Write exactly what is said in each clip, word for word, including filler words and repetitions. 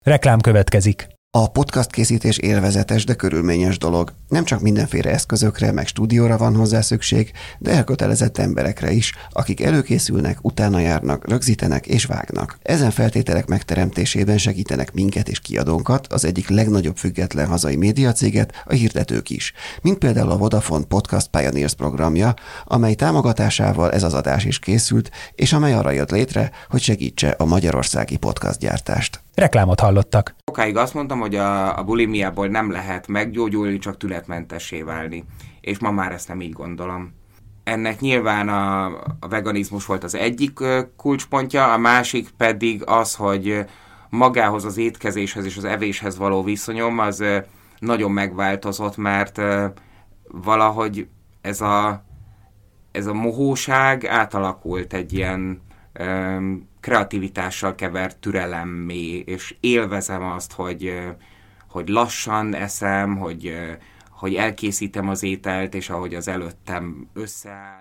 Reklám következik. A podcast készítés élvezetes, de körülményes dolog. Nem csak mindenféle eszközökre, meg stúdióra van hozzá szükség, de elkötelezett emberekre is, akik előkészülnek, utána járnak, rögzítenek és vágnak. Ezen feltételek megteremtésében segítenek minket és kiadónkat, az egyik legnagyobb független hazai médiacéget, a hirdetők is. Mint például a Vodafone Podcast Pioneers programja, amely támogatásával ez az adás is készült, és amely arra jött létre, hogy segítse a magyarországi podcastgyártást. Reklámot hallottak. Sokáig azt mondtam, hogy a, a bulimiából nem lehet meggyógyulni, csak tünetmentessé válni. És ma már ezt nem így gondolom. Ennek nyilván a, a veganizmus volt az egyik kulcspontja, a másik pedig az, hogy magához az étkezéshez és az evéshez való viszonyom az nagyon megváltozott, mert valahogy ez a, ez a mohóság átalakult egy ilyen kreativitással kevert türelemmé, és élvezem azt, hogy, hogy lassan eszem, hogy, hogy elkészítem az ételt, és ahogy az előttem összeáll.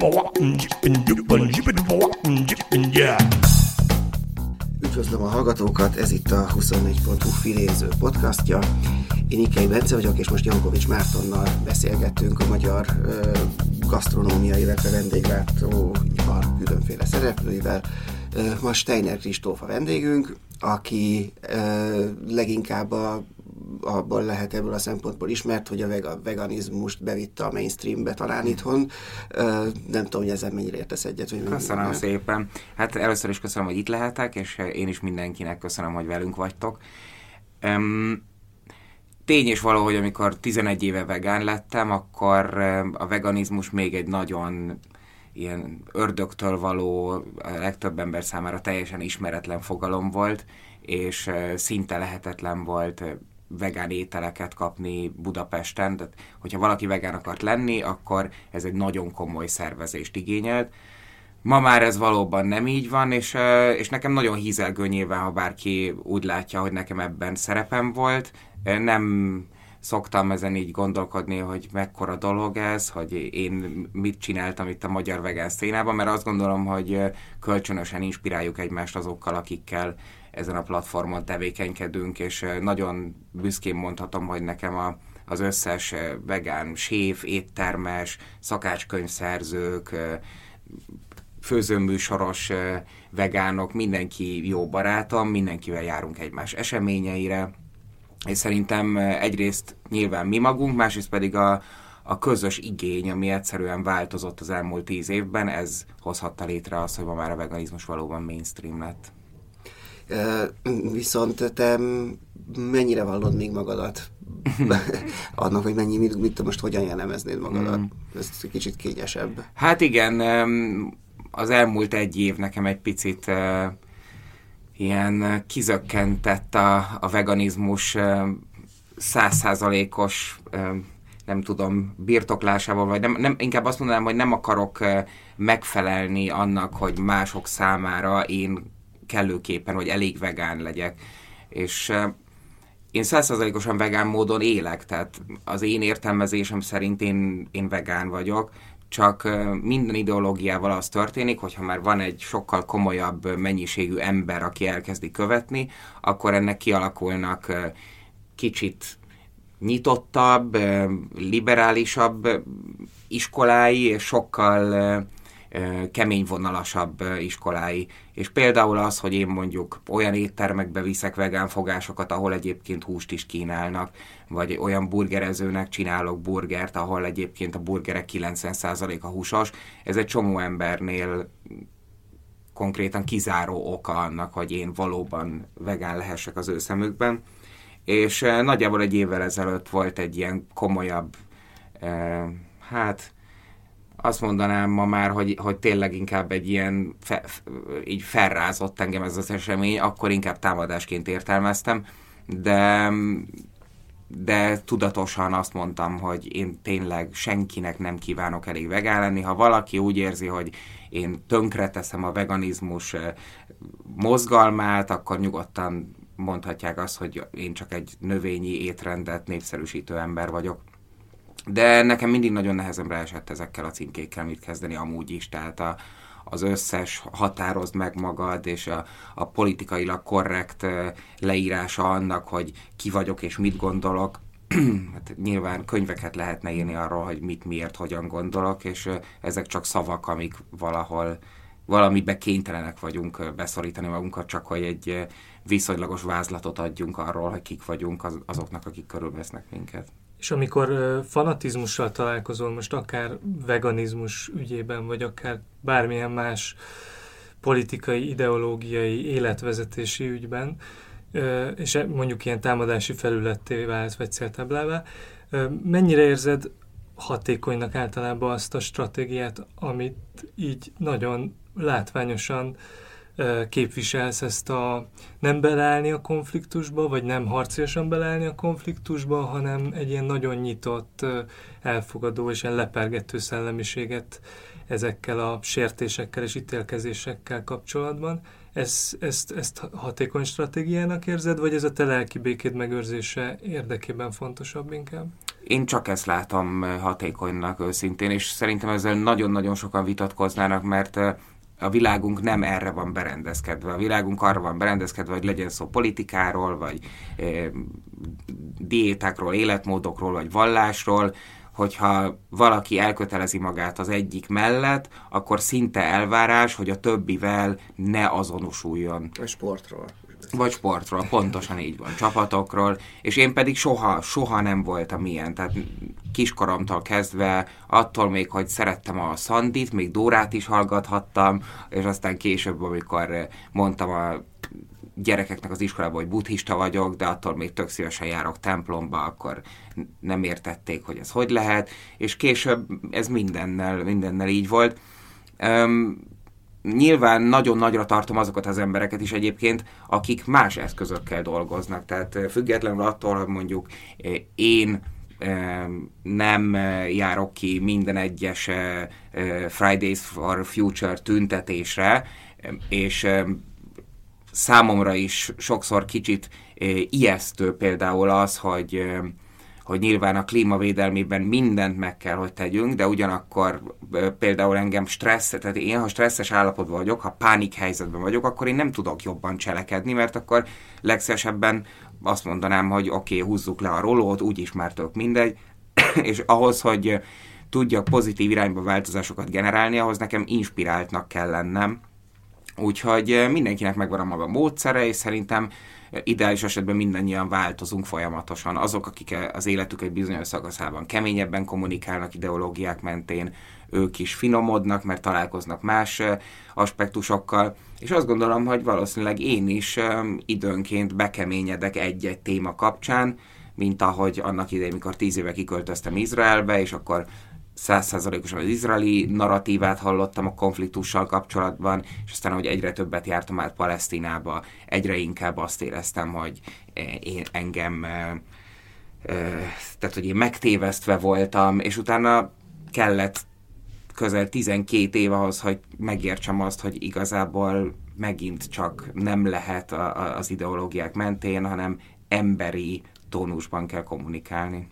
Üdvözlöm a hallgatókat, ez itt a huszonnégy pont hu filéző podcastja. Én Ikei Bence vagyok, és most Jankovics Mártonnal beszélgettünk a magyar ö, gasztronómia, illetve vendéglátóipar különféle szereplőivel. Ö, ma Steiner Kristóf a vendégünk, aki ö, leginkább a, abban lehet ebből a szempontból ismert, hogy a veganizmust bevitte a mainstreambe talán itthon. Ö, nem tudom, hogy ezzel mennyire értesz egyet. Hogy köszönöm nem. szépen. Hát először is köszönöm, hogy itt lehetek, és én is mindenkinek köszönöm, hogy velünk vagytok. Um, Tény és való, hogy amikor tizenegy éve vegán lettem, akkor a veganizmus még egy nagyon ilyen ördögtől való, a legtöbb ember számára teljesen ismeretlen fogalom volt, és szinte lehetetlen volt vegán ételeket kapni Budapesten. Tehát, hogyha valaki vegán akart lenni, akkor ez egy nagyon komoly szervezést igényelt. Ma már ez valóban nem így van, és, és nekem nagyon hízelgő nyilván, ha bárki úgy látja, hogy nekem ebben szerepem volt. Nem szoktam ezen így gondolkodni, hogy mekkora dolog ez, hogy én mit csináltam itt a magyar vegán szénában, mert azt gondolom, hogy kölcsönösen inspiráljuk egymást azokkal, akikkel ezen a platformon tevékenykedünk, és nagyon büszkén mondhatom, hogy nekem a, az összes vegán séf, éttermes, szakácskönyvszerzők, főzőműsoros vegánok, mindenki jó barátom, mindenkivel járunk egymás eseményeire, és szerintem egyrészt nyilván mi magunk, másrészt pedig a, a közös igény, ami egyszerűen változott az elmúlt tíz évben, ez hozhatta létre azt, hogy ma már a veganizmus valóban mainstream lett. Viszont te mennyire vallod még magadat annak, hogy mennyi, mit, mit most hogyan jellemeznéd magadat? Mm. Ez kicsit kényesebb. Hát igen, az elmúlt egy év nekem egy picit uh, ilyen kizökkentett a, a veganizmus száz százalékos uh, nem tudom, birtoklásával, vagy nem, nem, inkább azt mondanám, hogy nem akarok uh, megfelelni annak, hogy mások számára én kellőképpen, vagy elég vegán legyek. És uh, én száz százalékosan vegán módon élek, tehát az én értelmezésem szerint én, én vegán vagyok, csak minden ideológiával az történik, hogyha már van egy sokkal komolyabb mennyiségű ember, aki elkezdi követni, akkor ennek kialakulnak kicsit nyitottabb, liberálisabb iskolái, és sokkal keményvonalasabb iskolái. És például az, hogy én mondjuk olyan éttermekbe viszek vegán fogásokat, ahol egyébként húst is kínálnak, vagy olyan burgerezőnek csinálok burgert, ahol egyébként a burgerek kilencven százaléka húsos. Ez egy csomó embernél konkrétan kizáró oka annak, hogy én valóban vegán lehessek az ő szemükben. És nagyjából egy évvel ezelőtt volt egy ilyen komolyabb, hát azt mondanám ma már, hogy, hogy tényleg inkább egy ilyen fe, így felrázott engem ez az esemény, akkor inkább támadásként értelmeztem, de, de tudatosan azt mondtam, hogy én tényleg senkinek nem kívánok elég vegán lenni. Ha valaki úgy érzi, hogy én tönkreteszem a veganizmus mozgalmát, akkor nyugodtan mondhatják azt, hogy én csak egy növényi étrendet népszerűsítő ember vagyok. De nekem mindig nagyon nehezemre esett ezekkel a címkékkel mit kezdeni amúgy is, tehát a, az összes határozd meg magad, és a, a politikailag korrekt leírása annak, hogy ki vagyok és mit gondolok. Hát nyilván könyveket lehetne írni arról, hogy mit, miért, hogyan gondolok, és ezek csak szavak, amik valahol valamibe kénytelenek vagyunk beszorítani magunkat, csak hogy egy viszonylagos vázlatot adjunk arról, hogy kik vagyunk az, azoknak, akik körülvesznek minket. És amikor uh, fanatizmussal találkozol, most akár veganizmus ügyében, vagy akár bármilyen más politikai, ideológiai, életvezetési ügyben, uh, és mondjuk ilyen támadási felületté vált, vagy céltáblává, uh, mennyire érzed hatékonynak általában azt a stratégiát, amit így nagyon látványosan képviselsz, ezt a nem beleállni a konfliktusba, vagy nem harciasan beleállni a konfliktusba, hanem egy ilyen nagyon nyitott, elfogadó és ilyen lepergető szellemiséget ezekkel a sértésekkel és ítélkezésekkel kapcsolatban. Ez, ezt, ezt hatékony stratégiának érzed, vagy ez a te lelki békéd megőrzése érdekében fontosabb inkább? Én csak ezt látom hatékonynak őszintén, és szerintem ezzel nagyon-nagyon sokan vitatkoznának, mert a világunk nem erre van berendezkedve. A világunk arra van berendezkedve, hogy legyen szó politikáról, vagy eh, diétákról, életmódokról, vagy vallásról, hogyha valaki elkötelezi magát az egyik mellett, akkor szinte elvárás, hogy a többivel ne azonosuljon. Vagy sportról. Vagy sportról, pontosan így van, csapatokról, és én pedig soha, soha nem voltam ilyen, tehát kiskoromtól kezdve, attól még, hogy szerettem a Szandit, még Dórát is hallgathattam, és aztán később, amikor mondtam a gyerekeknek az iskolában, hogy buddhista vagyok, de attól még tök szívesen járok templomba, akkor nem értették, hogy ez hogy lehet, és később ez mindennel, mindennel így volt. Um, Nyilván nagyon nagyra tartom azokat az embereket is egyébként, akik más eszközökkel dolgoznak. Tehát függetlenül attól, hogy mondjuk én nem járok ki minden egyes Fridays for Future tüntetésre, és számomra is sokszor kicsit ijesztő például az, hogy hogy nyilván a klímavédelmében mindent meg kell, hogy tegyünk, de ugyanakkor például engem stressz, tehát én, ha stresszes állapotban vagyok, ha pánik helyzetben vagyok, akkor én nem tudok jobban cselekedni, mert akkor legszívesebben azt mondanám, hogy oké, okay, húzzuk le a rolót, úgyis már tök mindegy, és ahhoz, hogy tudjak pozitív irányba változásokat generálni, ahhoz nekem inspiráltnak kell lennem. Úgyhogy mindenkinek megvan a maga módszere, és szerintem ideális esetben mindannyian változunk folyamatosan. Azok, akik az életük egy bizonyos szakaszában keményebben kommunikálnak ideológiák mentén, ők is finomodnak, mert találkoznak más aspektusokkal, és azt gondolom, hogy valószínűleg én is időnként bekeményedek egy-egy téma kapcsán, mint ahogy annak idején, mikor tíz éve kiköltöztem Izraelbe, és akkor száz százalékosan az izraeli narratívát hallottam a konfliktussal kapcsolatban, és aztán, hogy egyre többet jártam át Palesztinába, egyre inkább azt éreztem, hogy én engem, tehát, hogy én megtévesztve voltam, és utána kellett közel tizenkét év ahhoz, hogy megértsem azt, hogy igazából megint csak nem lehet az ideológiák mentén, hanem emberi tónusban kell kommunikálni.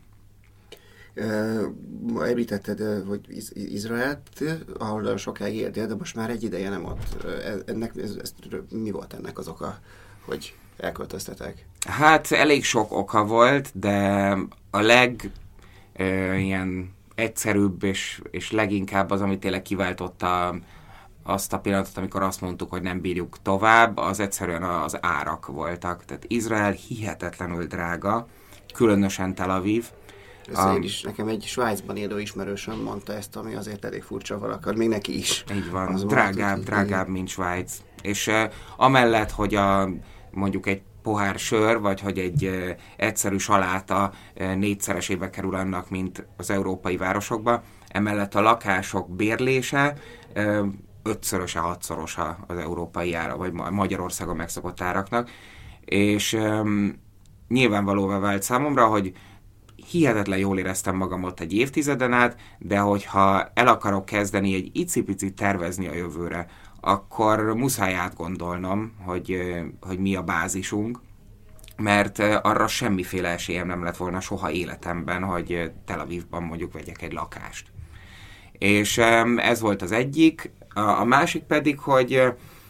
Uh, említetted, uh, hogy Iz- Izraelt, ahol sokáig éltél, de most már egy ideje nem ott. Ennek, ez, ez, mi volt ennek az oka, hogy elköltöztetek? Hát elég sok oka volt, de a leg uh, ilyen egyszerűbb és, és leginkább az, ami tényleg kiváltotta azt a pillanatot, amikor azt mondtuk, hogy nem bírjuk tovább, az egyszerűen az árak voltak. Tehát Izrael hihetetlenül drága, különösen Tel Aviv. Ez um, én is, nekem egy Svájcban élő ismerősöm mondta ezt, ami azért elég furcsa valakar, még neki is. Így van, az drágább, volt, drágább, én... mint Svájc. És uh, amellett, hogy a, mondjuk egy pohár sör, vagy hogy egy uh, egyszerű saláta uh, négyszeresébe kerül annak, mint az európai városokban, emellett a lakások bérlése uh, ötszöröse, hatszorosa az európai ára, vagy Magyarországon megszokott áraknak. És um, nyilvánvalóvá vált számomra, hogy hihetetlen jól éreztem magam ott egy évtizeden át, de hogyha el akarok kezdeni egy icipicit tervezni a jövőre, akkor muszáj átgondolnom, hogy, hogy mi a bázisunk, mert arra semmiféle esélyem nem lett volna soha életemben, hogy Tel Avivban mondjuk vegyek egy lakást. És ez volt az egyik. A, a másik pedig, hogy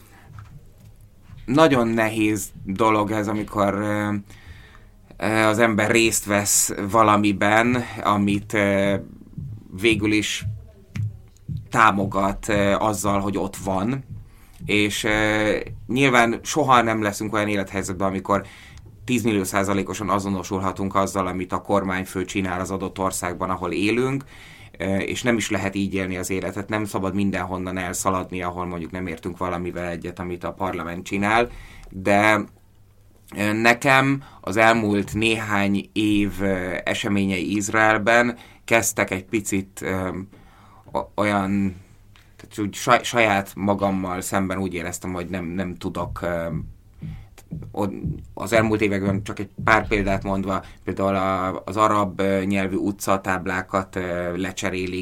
nagyon nehéz dolog ez, amikor az ember részt vesz valamiben, amit végül is támogat azzal, hogy ott van, és nyilván soha nem leszünk olyan élethelyzetben, amikor tíz millió százalékosan azonosulhatunk azzal, amit a kormányfő csinál az adott országban, ahol élünk, és nem is lehet így élni az életet, nem szabad mindenhonnan elszaladni, ahol mondjuk nem értünk valamivel egyet, amit a parlament csinál, de nekem az elmúlt néhány év eseményei Izraelben kezdtek egy picit olyan, tehát úgy saját magammal szemben úgy éreztem, hogy nem, nem tudok, az elmúlt években csak egy pár példát mondva, például az arab nyelvű utcatáblákat lecserélik,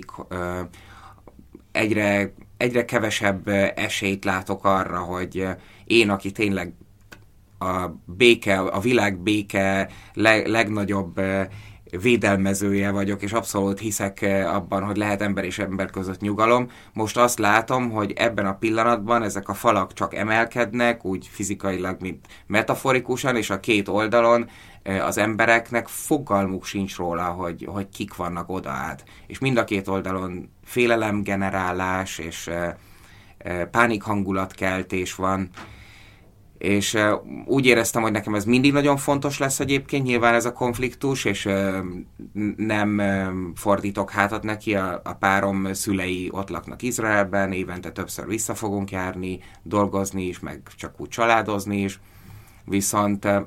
egyre, egyre kevesebb esélyt látok arra, hogy én, aki tényleg a béke, a világ béke leg, legnagyobb védelmezője vagyok, és abszolút hiszek abban, hogy lehet ember és ember között nyugalom. Most azt látom, hogy ebben a pillanatban ezek a falak csak emelkednek, úgy fizikailag, mint metaforikusan, és a két oldalon az embereknek fogalmuk sincs róla, hogy, hogy kik vannak oda át. És mind a két oldalon félelemgenerálás és pánikhangulattkeltés van, és uh, úgy éreztem, hogy nekem ez mindig nagyon fontos lesz egyébként, nyilván ez a konfliktus, és uh, nem uh, fordítok hátat neki, a, a párom szülei ott laknak Izraelben, évente többször vissza fogunk járni, dolgozni is, meg csak úgy családozni is, viszont uh,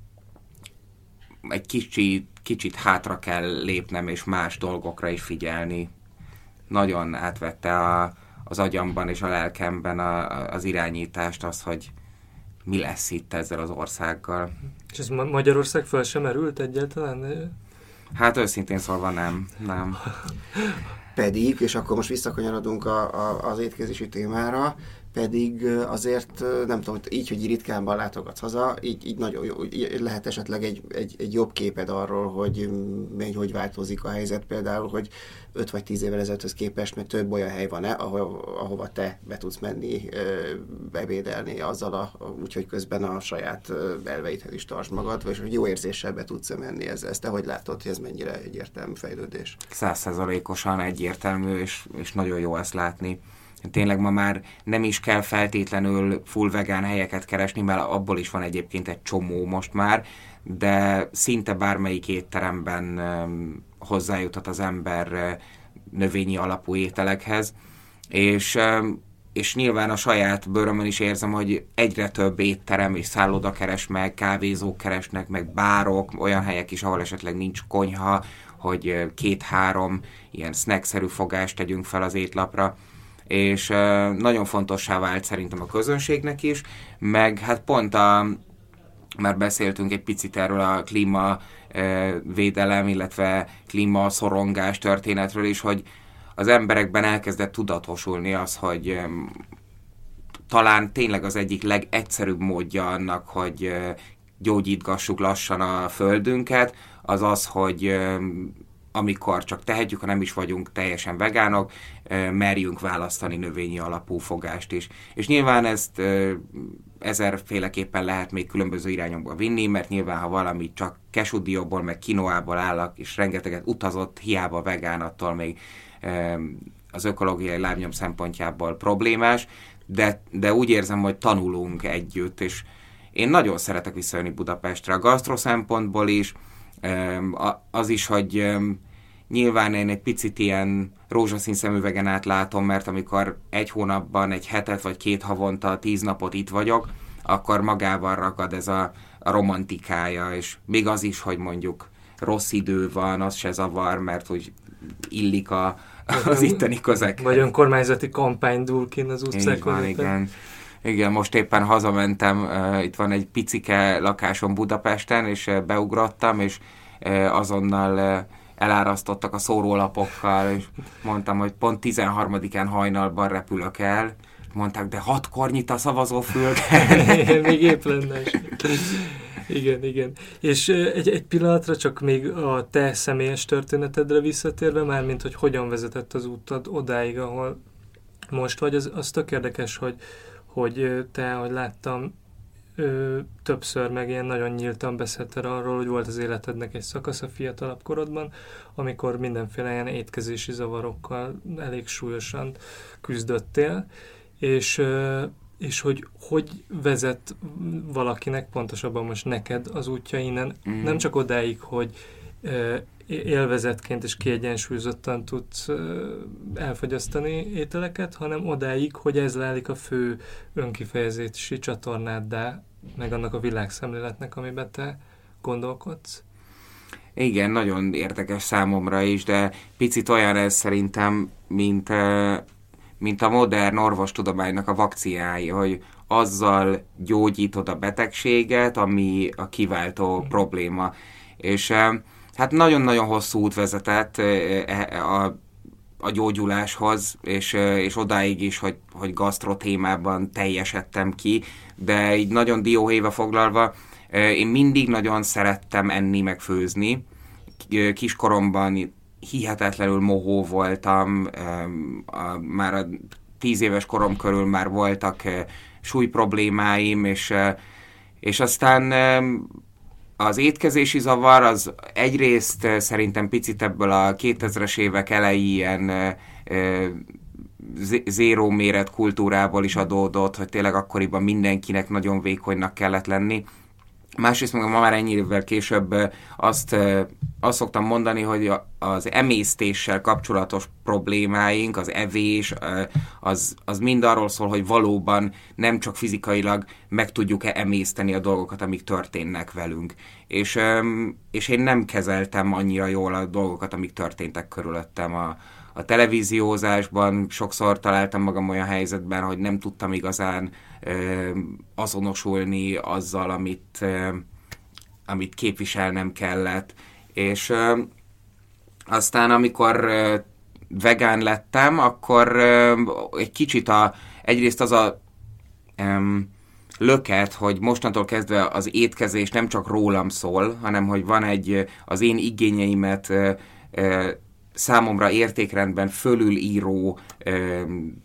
egy kicsi, kicsit hátra kell lépnem, és más dolgokra is figyelni. Nagyon átvette a, az agyamban és a lelkemben a, az irányítást az, hogy mi lesz itt ezzel az országgal. És ez Magyarország föl sem merült egyáltalán? Hát őszintén szólva nem. nem. Pedig, és akkor most visszakanyarodunk a, a, az étkezési témára, pedig azért nem tudom, így, hogy ritkánban látogatsz haza, így, így nagyon jó, így lehet esetleg egy, egy, egy jobb képed arról, hogy hogy, hogy változik a helyzet, például, hogy öt vagy tíz évvel ezelőtthöz képest, mert több olyan hely van-e, ahova, ahova te be tudsz menni, bebédelni azzal, a, úgyhogy közben a saját elveidhez is tartsd magad, vagy hogy jó érzéssel be tudsz menni ezzel. Ezt te hogy látod, hogy ez mennyire egyértelmű fejlődés? Százszázalékosan egyértelmű, és, és nagyon jó ezt látni. Tényleg ma már nem is kell feltétlenül full vegán helyeket keresni, mert abból is van egyébként egy csomó most már, de szinte bármelyik étteremben hozzájuthat az ember növényi alapú ételekhez, és, és nyilván a saját bőrömön is érzem, hogy egyre több étterem és szálloda keres meg, kávézók keresnek meg, bárok, olyan helyek is, ahol esetleg nincs konyha, hogy két-három ilyen snackszerű fogást tegyünk fel az étlapra, és nagyon fontossá vált szerintem a közönségnek is, meg hát pont a, már beszéltünk egy picit erről a klímavédelem, illetve klímaszorongás történetről is, hogy az emberekben elkezdett tudatosulni az, hogy talán tényleg az egyik legegyszerűbb módja annak, hogy gyógyítgassuk lassan a földünket, az az, hogy amikor csak tehetjük, ha nem is vagyunk teljesen vegánok, merjünk választani növényi alapú fogást is. És nyilván ezt ezerféleképpen lehet még különböző irányokba vinni, mert nyilván, ha valami csak kesudióból, meg kinoából áll, és rengeteget utazott, hiába vegán, attól még az ökológiai lábnyom szempontjából problémás, de, de úgy érzem, hogy tanulunk együtt, és én nagyon szeretek visszajönni Budapestre a gasztro szempontból is, az is, hogy nyilván én egy picit ilyen rózsaszín szemüvegen át látom, mert amikor egy hónapban, egy hetet vagy két havonta, tíz napot itt vagyok, akkor magával ragad ez a, a romantikája, és még az is, hogy mondjuk rossz idő van, az se zavar, mert hogy illik a, az itteni közeg. Vagy önkormányzati kampány dúl kint az utcákon. Igen, igen. Igen, most éppen hazamentem, uh, itt van egy picike lakásom Budapesten, és uh, beugrottam, és uh, azonnal uh, elárasztottak a szórólapokkal, és mondtam, hogy pont tizenharmadikán hajnalban repülök el. Mondták, de hatkor nyit a szavazófülke. Még épp lenne. Igen, igen. És egy, egy pillanatra csak még a te személyes történetedre visszatérve, mármint, hogy hogyan vezetett az útad odáig, ahol most vagy, az, az tök érdekes, hogy, hogy te, ahogy láttam, ö, többször meg ilyen nagyon nyíltan beszéltél arról, hogy volt az életednek egy szakasz a fiatalabb korodban, amikor mindenféle ilyen étkezési zavarokkal elég súlyosan küzdöttél, és, ö, és hogy hogy vezet valakinek, pontosabban most neked az útja innen, mm. nem csak odáig, hogy ö, élvezetként és kiegyensúlyozottan tudsz elfogyasztani ételeket, hanem odáig, hogy ez válik a fő önkifejezési csatornáddá, meg annak a világszemléletnek, amiben te gondolkodsz. Igen, nagyon érdekes számomra is, de picit olyan ez szerintem, mint, mint a modern orvostudománynak a vakcinái, hogy azzal gyógyítod a betegséget, ami a kiváltó mm. probléma. És hát nagyon-nagyon hosszú út vezetett a, a gyógyuláshoz, és, és odáig is, hogy, hogy gasztro témában teljesedtem ki, de így nagyon dióhéjba foglalva, én mindig nagyon szerettem enni, meg főzni. Kiskoromban hihetetlenül mohó voltam, már a tíz éves korom körül már voltak súlyproblémáim, és, és aztán az étkezési zavar az egyrészt szerintem picit ebből a kétezres évek elejé ilyen zéró méret kultúrából is adódott, hogy tényleg akkoriban mindenkinek nagyon vékonynak kellett lenni. Másrészt meg ma már ennyi évvel később azt, azt szoktam mondani, hogy az emésztéssel kapcsolatos problémáink, az evés, az, az mind arról szól, hogy valóban nem csak fizikailag meg tudjuk-e emészteni a dolgokat, amik történnek velünk. És, és én nem kezeltem annyira jól a dolgokat, amik történtek körülöttem a, a televíziózásban. Sokszor találtam magam olyan helyzetben, hogy nem tudtam igazán ö, azonosulni azzal, amit, ö, amit képviselnem kellett. És ö, aztán, amikor ö, vegán lettem, akkor ö, egy kicsit a, egyrészt az a ö, löket, hogy mostantól kezdve az étkezés nem csak rólam szól, hanem hogy van egy az én igényeimet ö, ö, számomra értékrendben fölülíró ö,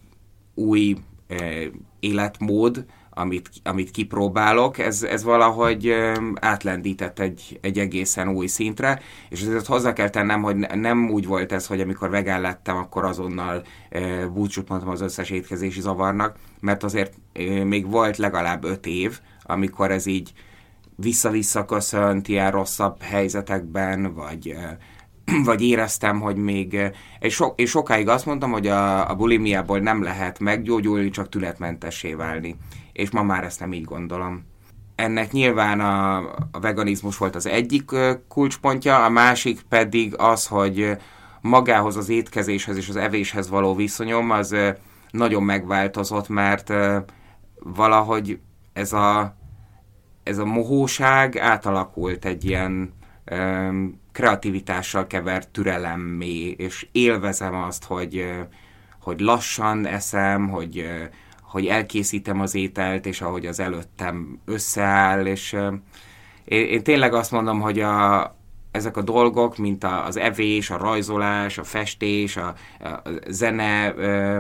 új ö, életmód, amit, amit kipróbálok, ez, ez valahogy ö, átlendített egy, egy egészen új szintre, és ezért hozzá kell tennem, hogy nem úgy volt ez, hogy amikor vegán lettem, akkor azonnal ö, búcsút mondtam az összes étkezési zavarnak, mert azért ö, még volt legalább öt év, amikor ez így vissza-vissza köszönt ilyen rosszabb helyzetekben, vagy ö, vagy éreztem, hogy még, és, so, és sokáig azt mondtam, hogy a, a bulimiából nem lehet meggyógyulni, csak tünetmentessé válni. És ma már ezt nem így gondolom. Ennek nyilván a, a veganizmus volt az egyik kulcspontja, a másik pedig az, hogy magához az étkezéshez és az evéshez való viszonyom az nagyon megváltozott, mert valahogy ez a, ez a mohóság átalakult egy ilyen kreativitással kevert türelemmé, és élvezem azt, hogy, hogy lassan eszem, hogy, hogy elkészítem az ételt, és ahogy az előttem összeáll, és én, én tényleg azt mondom, hogy a, ezek a dolgok, mint az evés, a rajzolás, a festés, a, a zene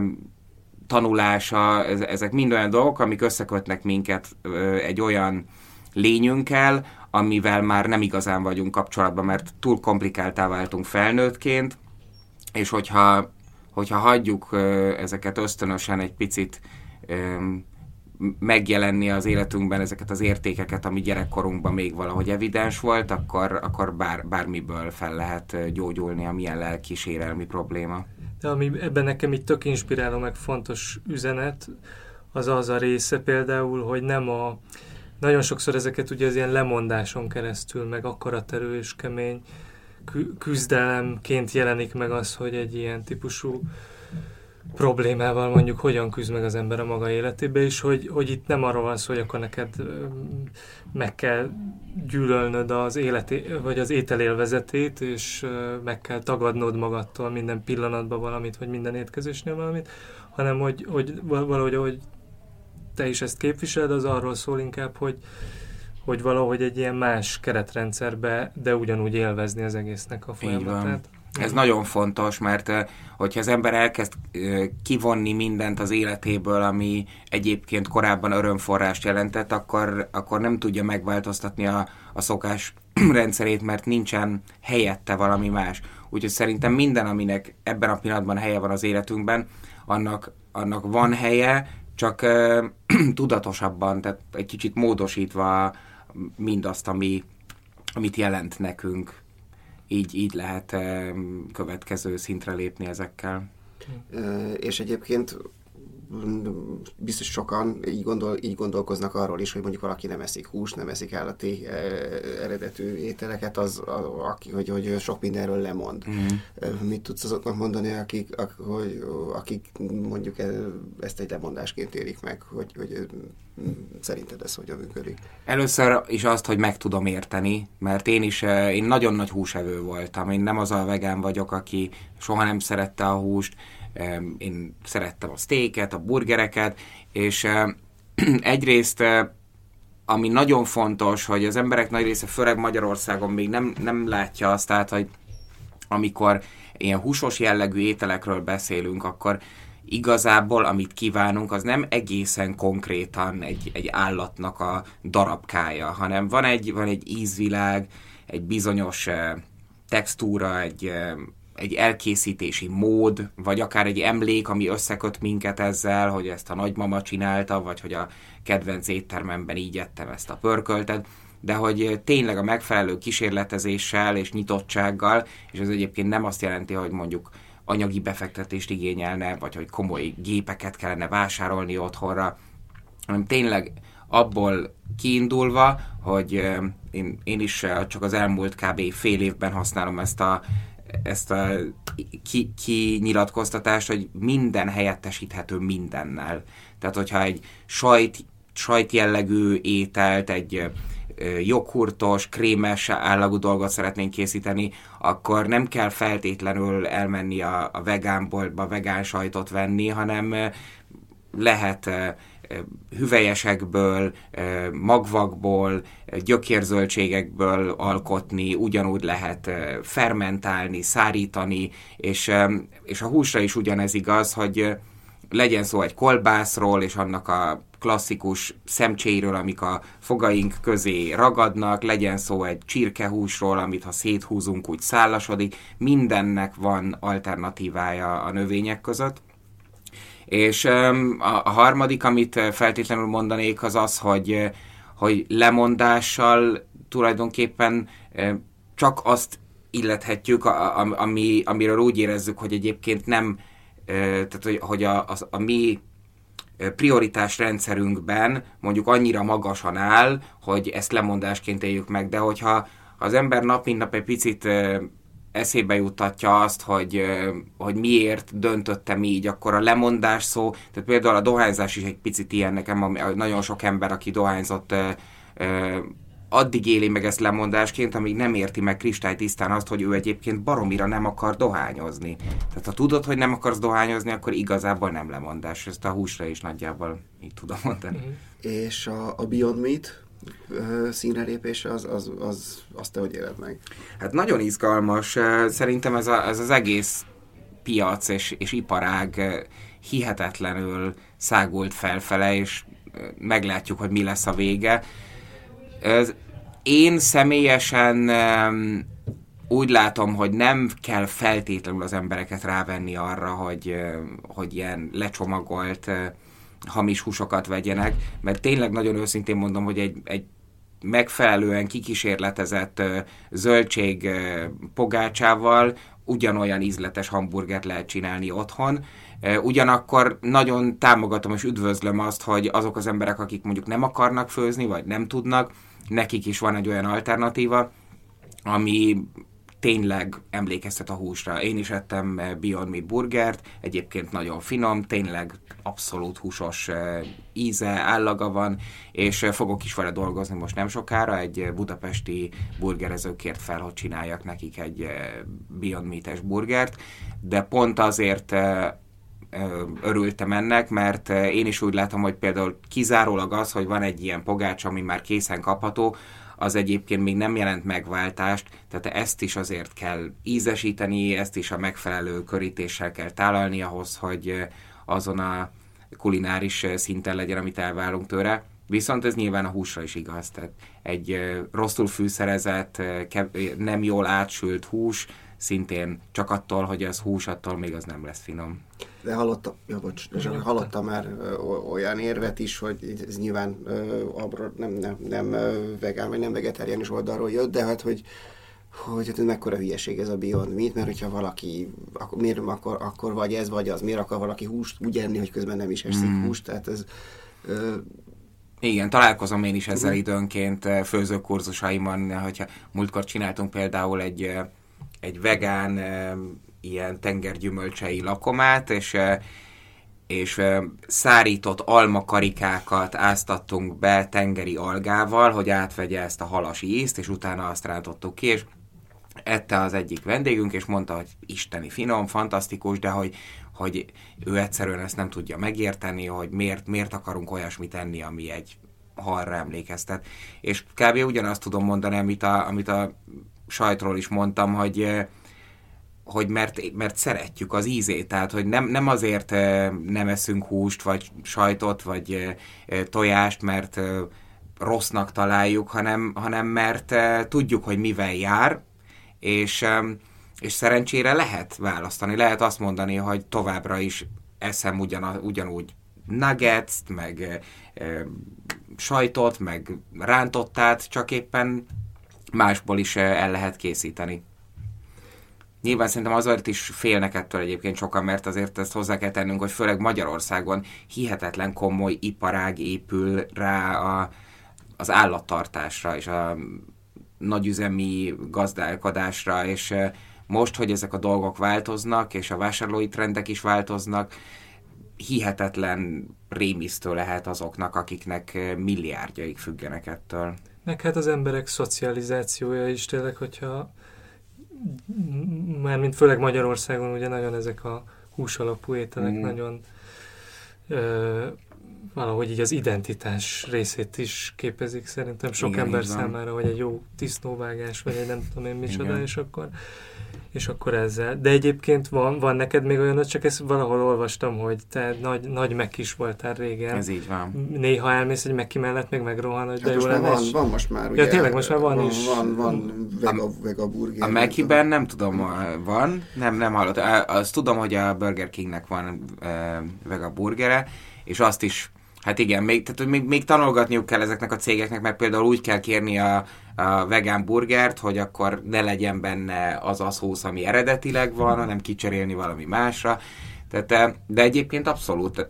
tanulása, ezek mind olyan dolgok, amik összekötnek minket egy olyan lényünkkel, amivel már nem igazán vagyunk kapcsolatban, mert túl komplikáltá váltunk felnőttként, és hogyha, hogyha hagyjuk ezeket ösztönösen egy picit megjelenni az életünkben, ezeket az értékeket, ami gyerekkorunkban még valahogy evidens volt, akkor, akkor bár, bármiből fel lehet gyógyulni, amilyen lelkisérelmi probléma. De ami ebben nekem itt tök inspiráló, meg fontos üzenet, az az a része például, hogy nem a nagyon sokszor ezeket ugye az ilyen lemondáson keresztül, meg akaraterő és kemény küzdelemként jelenik meg az, hogy egy ilyen típusú problémával mondjuk hogyan küzd meg az ember a maga életébe, és hogy, hogy itt nem arról van szó, hogy akkor neked meg kell gyűlölnöd az életé, vagy az ételélvezetét, és meg kell tagadnod magadtól minden pillanatban valamit, vagy minden étkezésnél valamit, hanem hogy, hogy valahogy, ahogy te is ezt képviseled, az arról szól inkább, hogy, hogy valahogy egy ilyen más keretrendszerbe, de ugyanúgy élvezni az egésznek a folyamatát. Ez nagyon fontos, mert hogyha az ember elkezd kivonni mindent az életéből, ami egyébként korábban örömforrást jelentett, akkor, akkor nem tudja megváltoztatni a, a szokás rendszerét, mert nincsen helyette valami más. Úgyhogy szerintem minden, aminek ebben a pillanatban helye van az életünkben, annak, annak van helye, csak uh, tudatosabban, tehát egy kicsit módosítva mindazt, ami, amit jelent nekünk. Így, így lehet uh, következő szintre lépni ezekkel. Uh, és egyébként biztos sokan így, gondol, így gondolkoznak arról is, hogy mondjuk valaki nem eszik húst, nem eszik állati e, eredetű ételeket, az, a, aki, hogy, hogy sok mindenről lemond. Mm. Mit tudsz azoknak mondani, akik, ak, hogy, akik mondjuk ezt egy lemondásként érik meg, hogy, hogy szerinted ez hogyan működik? Először is azt, hogy meg tudom érteni, mert én is én nagyon nagy húsevő voltam. Én nem az a vegán vagyok, aki soha nem szerette a húst. Én szerettem a steaket, a burgereket, és egyrészt, ami nagyon fontos, hogy az emberek nagy része, főleg Magyarországon még nem, nem látja azt, tehát, hogy amikor ilyen húsos jellegű ételekről beszélünk, akkor igazából, amit kívánunk, az nem egészen konkrétan egy, egy állatnak a darabkája, hanem van egy, van egy ízvilág, egy bizonyos textúra, egy egy elkészítési mód, vagy akár egy emlék, ami összeköt minket ezzel, hogy ezt a nagymama csinálta, vagy hogy a kedvenc éttermemben így ettem ezt a pörköltet, de hogy tényleg a megfelelő kísérletezéssel és nyitottsággal, és ez egyébként nem azt jelenti, hogy mondjuk anyagi befektetést igényelne, vagy hogy komoly gépeket kellene vásárolni otthonra, hanem tényleg abból kiindulva, hogy én, én is csak az elmúlt kb. Fél évben használom ezt a ezt a kinyilatkoztatást, ki hogy minden helyettesíthető mindennel. Tehát, hogyha egy sajt, sajt jellegű ételt, egy joghurtos, krémes állagú dolgot szeretnénk készíteni, akkor nem kell feltétlenül elmenni a, a vegánboltba, vegán sajtot venni, hanem lehet hüvelyesekből, magvakból, gyökérzöldségekből alkotni, ugyanúgy lehet fermentálni, szárítani, és, és a húsra is ugyanez igaz, hogy legyen szó egy kolbászról, és annak a klasszikus szemcséiről, amik a fogaink közé ragadnak, legyen szó egy csirkehúsról, amit ha széthúzunk, úgy szállasodik, mindennek van alternatívája a növények között. És a harmadik, amit feltétlenül mondanék, az az, hogy, hogy lemondással tulajdonképpen csak azt illethetjük, ami, amiről úgy érezzük, hogy egyébként nem, tehát hogy, hogy a, a, a mi prioritás rendszerünkben mondjuk annyira magasan áll, hogy ezt lemondásként éljük meg, de hogyha az ember nap mint nap egy picit eszébe juttatja azt, hogy, hogy miért döntöttem így, akkor a lemondás szó, tehát például a dohányzás is egy picit ilyen nekem, nagyon sok ember, aki dohányzott, addig éli meg ezt lemondásként, amíg nem érti meg kristálytisztán azt, hogy ő egyébként baromira nem akar dohányozni. Tehát ha tudod, hogy nem akarsz dohányozni, akkor igazából nem lemondás. Ezt a húsra is nagyjából így tudom mondani. Mm-hmm. És a, a Beyond Meat színre lépése, az, az, az, azt te hogy éled meg? Hát nagyon izgalmas. Szerintem ez, a, ez az egész piac és, és iparág hihetetlenül szágult felfele, és meglátjuk, hogy mi lesz a vége. Én személyesen úgy látom, hogy nem kell feltétlenül az embereket rávenni arra, hogy, hogy ilyen lecsomagolt hamis húsokat vegyenek, mert tényleg nagyon őszintén mondom, hogy egy, egy megfelelően kikísérletezett zöldség pogácsával ugyanolyan ízletes hamburgert lehet csinálni otthon. Ugyanakkor nagyon támogatom és üdvözlöm azt, hogy azok az emberek, akik mondjuk nem akarnak főzni, vagy nem tudnak, nekik is van egy olyan alternatíva, ami tényleg emlékeztet a húsra. Én is ettem Beyond Meat burgert, egyébként nagyon finom, tényleg abszolút húsos íze, állaga van, és fogok is vele dolgozni most nem sokára, egy budapesti burgerezők kért fel, hogy csináljak nekik egy Beyond Meat-es burgert, de pont azért örültem ennek, mert én is úgy látom, hogy például kizárólag az, hogy van egy ilyen pogács, ami már készen kapható, az egyébként még nem jelent megváltást, tehát ezt is azért kell ízesíteni, ezt is a megfelelő körítéssel kell tálalni ahhoz, hogy azon a kulináris szinten legyen, amit elvárunk tőle. Viszont ez nyilván a húsra is igaz, tehát egy rosszul fűszerezett, nem jól átsült hús, szintén csak attól, hogy az hús, attól még az nem lesz finom. De hallottam, ja, bocs, csak hallottam már ö, olyan érvet is, hogy ez nyilván ö, abra nem, nem, nem vegán, vagy nem vegetáriánus oldalról jött, de hát, hogy hogy hát mekkora hülyeség ez a Beyond Meat, mert hogyha valaki, akkor, miért, akkor, akkor vagy ez, vagy az, miért akar valaki húst úgy enni, hogy közben nem is eszik mm. húst, tehát ez... Ö, Igen, találkozom én is ezzel uh-huh. időnként főzőkurzusaimon, hogyha múltkor csináltunk például egy, egy vegán ilyen tengergyümölcsei lakomát, és, és szárított almakarikákat áztattunk be tengeri algával, hogy átvegye ezt a halas ízt, és utána azt rántottuk ki, és ette az egyik vendégünk, és mondta, hogy isteni finom, fantasztikus, de hogy, hogy ő egyszerűen ezt nem tudja megérteni, hogy miért, miért akarunk olyasmit enni, ami egy halra emlékeztet. És kb. Ugyanazt tudom mondani, amit a, amit a sajtról is mondtam, hogy, hogy mert, mert szeretjük az ízét, tehát hogy nem, nem azért nem eszünk húst, vagy sajtot, vagy tojást, mert rossznak találjuk, hanem, hanem mert tudjuk, hogy mivel jár, és, és szerencsére lehet választani, lehet azt mondani, hogy továbbra is eszem ugyan, ugyanúgy nuggets, meg e, sajtot, meg rántottát, csak éppen másból is el lehet készíteni. Nyilván szerintem azért is félnek ettől egyébként sokan, mert azért ezt hozzá kell tennünk, hogy főleg Magyarországon hihetetlen komoly iparág épül rá a, az állattartásra és a nagyüzemi gazdálkodásra, és most, hogy ezek a dolgok változnak, és a vásárlói trendek is változnak, hihetetlen rémisztő lehet azoknak, akiknek milliárdjaik függenek ettől. Meg hát az emberek szocializációja is tényleg, hogyha mármint főleg Magyarországon ugye nagyon ezek a húsalapú ételek mm. nagyon ö, valahogy így az identitás részét is képezik szerintem sok igen, ember számára, hogy egy jó disznóvágás, vagy egy nem tudom én micsoda, igen. és akkor és akkor ezzel. De egyébként van, van neked még olyan, csak ezt valahol olvastam, hogy te nagy, nagy Mac-is voltál régen. Ez így van. Néha elmész egy Mac-i mellett, még megrohanod, hát de jó lenne. Van, van most már, ugye? Ja, tényleg most már van, van is. Van, van vega, vega burger. A Mac-iben nem tudom, van, nem, nem hallott. Azt tudom, hogy a Burger Kingnek van uh, vega burgere, és azt is, hát igen, még, tehát még, még tanulgatniuk kell ezeknek a cégeknek, mert például úgy kell kérni a, a vegán burgert, hogy akkor ne legyen benne az a szósz, ami eredetileg van, hanem kicserélni valami másra. Tehát, de egyébként abszolút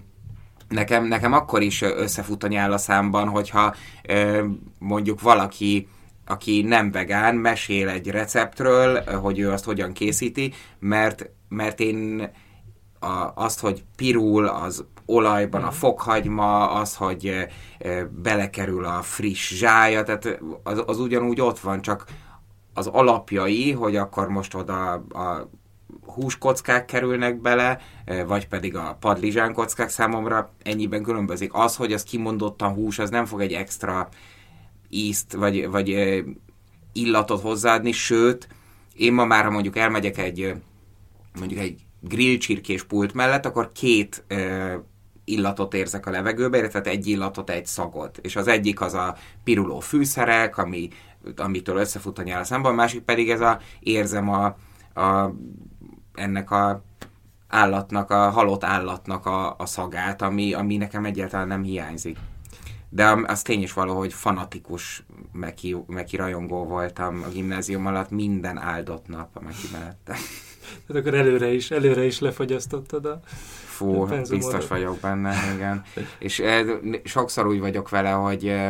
nekem, nekem akkor is összefut a nyál a számban, hogyha mondjuk valaki, aki nem vegán, mesél egy receptről, hogy ő azt hogyan készíti, mert, mert én a, azt, hogy pirul az olajban a fokhagyma, az, hogy belekerül a friss zsája, tehát az, az ugyanúgy ott van, csak az alapjai, hogy akkor most oda a húskockák kerülnek bele, vagy pedig a padlizsánkockák, számomra ennyiben különbözik. Az, hogy az kimondottan hús, az nem fog egy extra ízt, vagy, vagy illatot hozzáadni, sőt, én ma már, ha mondjuk elmegyek egy mondjuk egy grillcsirkés pult mellett, akkor két ö, illatot érzek a levegőbe, illetve egy illatot, egy szagot. És az egyik az a piruló fűszerek, ami, amitől összefut a nyál a számban, a másik pedig ez a, érzem a, a, ennek a állatnak, a halott állatnak a, a szagát, ami, ami nekem egyáltalán nem hiányzik. De az tény is való, hogy fanatikus Meki, Meki rajongó voltam a gimnázium alatt, minden áldott nap a Meki mellett. Tehát akkor előre is, előre is lefagyasztottad a Fú, a biztos vagyok benne, igen. És eh, sokszor úgy vagyok vele, hogy eh,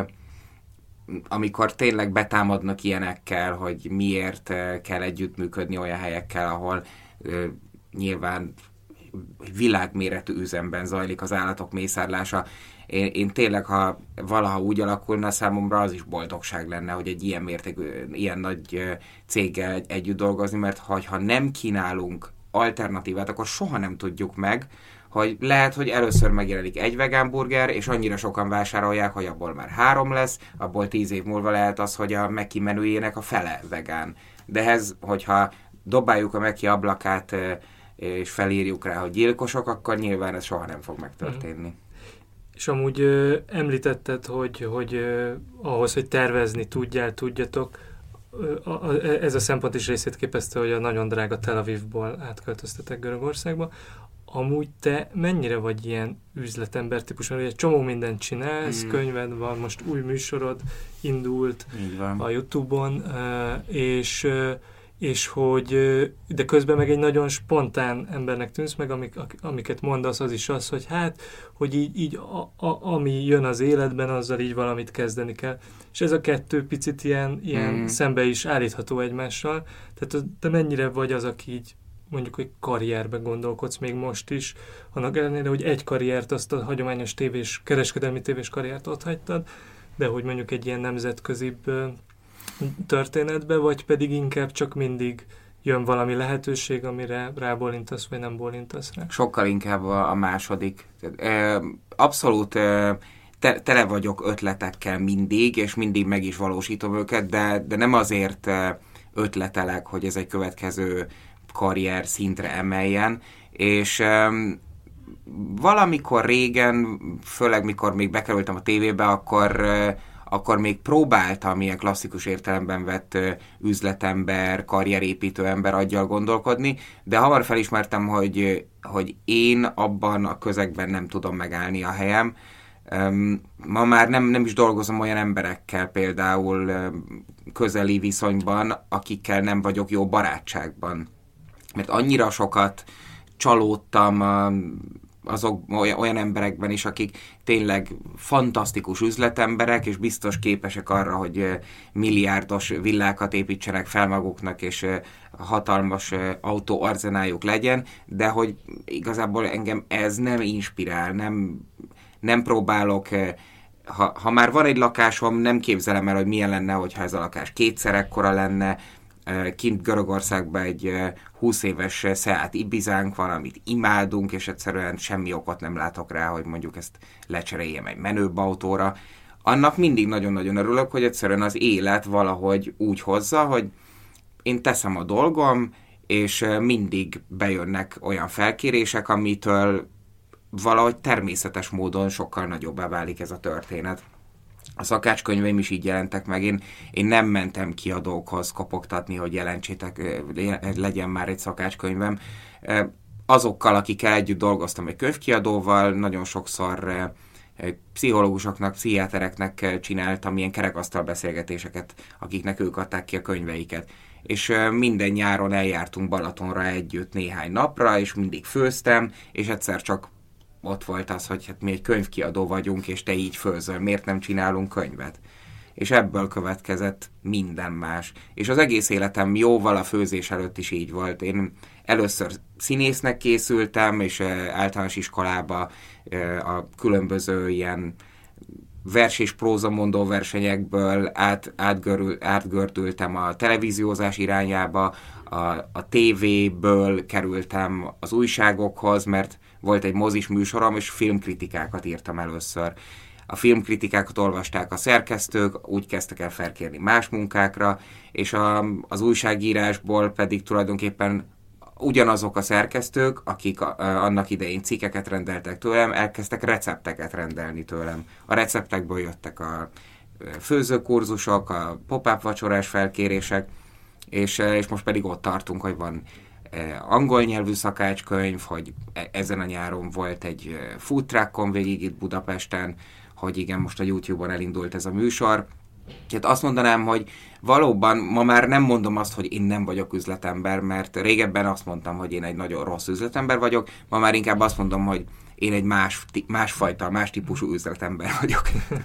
amikor tényleg betámadnak ilyenekkel, hogy miért eh, kell együttműködni olyan helyekkel, ahol eh, nyilván világméretű üzemben zajlik az állatok mészárlása. Én, én tényleg, ha valaha úgy alakulna, számomra az is boldogság lenne, hogy egy ilyen mértékű, ilyen nagy céggel együtt dolgozni, mert ha, ha nem kínálunk alternatívát, akkor soha nem tudjuk meg, hogy lehet, hogy először megjelenik egy vegán burger, és annyira sokan vásárolják, hogy abból már három lesz, abból tíz év múlva lehet az, hogy a Meki menüjének a fele vegán. De ez, hogyha dobáljuk a Meki ablakát, és felírjuk rá, hogy gyilkosok, akkor nyilván ez soha nem fog megtörténni. És amúgy ö, említetted, hogy, hogy ö, ahhoz, hogy tervezni tudjál, tudjatok, ö, a, a, ez a szempont is részét képezte, hogy a nagyon drága Tel Avivból átköltöztetek Görögországba. Amúgy te mennyire vagy ilyen üzletember típus, mert egy csomó mindent csinálsz, hmm. könyved van, most új műsorod indult a YouTube-on, és, és hogy, de közben meg egy nagyon spontán embernek tűnsz meg, amik, amiket mondasz, az is az, hogy hát, hogy így, így a, a, ami jön az életben, azzal így valamit kezdeni kell. És ez a kettő picit ilyen, ilyen hmm. szembe is állítható egymással. Tehát te mennyire vagy az, aki így mondjuk, hogy karrierbe gondolkodsz még most is, annak ellenére, hogy egy karriert, azt a hagyományos tévés, kereskedelmi tévés karriert ott hagytad, de hogy mondjuk egy ilyen nemzetközibb történetbe, vagy pedig inkább csak mindig jön valami lehetőség, amire rábólintasz, vagy nem bólintasz rá? Sokkal inkább a második. Abszolút te, tele vagyok ötletekkel mindig, és mindig meg is valósítom őket, de, de nem azért ötletelek, hogy ez egy következő karrier szintre emeljen, és um, valamikor régen, főleg mikor még bekerültem a tévébe, akkor, uh, akkor még próbáltam ilyen klasszikus értelemben vett uh, üzletember, karrierépítő ember aggyal gondolkodni, de hamar felismertem, hogy, hogy én abban a közegben nem tudom megállni a helyem. Um, ma már nem, nem is dolgozom olyan emberekkel például um, közeli viszonyban, akikkel nem vagyok jó barátságban. Mert annyira sokat csalódtam azok olyan emberekben is, akik tényleg fantasztikus üzletemberek, és biztos képesek arra, hogy milliárdos villákat építsenek fel maguknak, és hatalmas autóarzenájuk legyen, de hogy igazából engem ez nem inspirál, nem, nem próbálok... Ha, ha már van egy lakásom, nem képzelem el, hogy milyen lenne, hogyha ez a lakás kétszer ekkora lenne. Kint Görögországban egy húsz éves Seat Ibizánk van, amit imádunk, és egyszerűen semmi okot nem látok rá, hogy mondjuk ezt lecseréljem egy menőbb autóra. Annak mindig nagyon-nagyon örülök, hogy egyszerűen az élet valahogy úgy hozza, hogy én teszem a dolgom, és mindig bejönnek olyan felkérések, amitől valahogy természetes módon sokkal nagyobbá válik ez a történet. A szakácskönyveim is így jelentek meg. Én, én nem mentem kiadókhoz kopogtatni, hogy jelentsétek, legyen már egy szakácskönyvem. Azokkal, akikkel együtt dolgoztam egy könyvkiadóval, nagyon sokszor pszichológusoknak, pszichiátereknek csináltam ilyen kerekasztal beszélgetéseket, akiknek ők adták ki a könyveiket. És minden nyáron eljártunk Balatonra együtt néhány napra, és mindig főztem, és egyszer csak ott volt az, hogy hát mi egy könyvkiadó vagyunk, és te így főzöl, miért nem csinálunk könyvet? És ebből következett minden más. És az egész életem jóval a főzés előtt is így volt. Én először színésznek készültem, és általános iskolába a különböző ilyen vers- és prózamondó versenyekből át, átgörül, átgördültem a televíziózás irányába, a, a tévéből kerültem az újságokhoz, mert volt egy mozis műsorom, és filmkritikákat írtam először. A filmkritikákat olvasták a szerkesztők, úgy kezdtek el felkérni más munkákra, és a, az újságírásból pedig tulajdonképpen ugyanazok a szerkesztők, akik a, a, annak idején cikkeket rendeltek tőlem, elkezdtek recepteket rendelni tőlem. A receptekből jöttek a főzőkurzusok, a pop-up vacsorás felkérések, és, és most pedig ott tartunk, hogy van angol nyelvű szakácskönyv, hogy ezen a nyáron volt egy food truckon végig itt Budapesten, hogy igen, most a YouTube-on elindult ez a műsor. Tehát azt mondanám, hogy valóban ma már nem mondom azt, hogy én nem vagyok üzletember, mert régebben azt mondtam, hogy én egy nagyon rossz üzletember vagyok, ma már inkább azt mondom, hogy én egy más, másfajta, más típusú üzletember vagyok.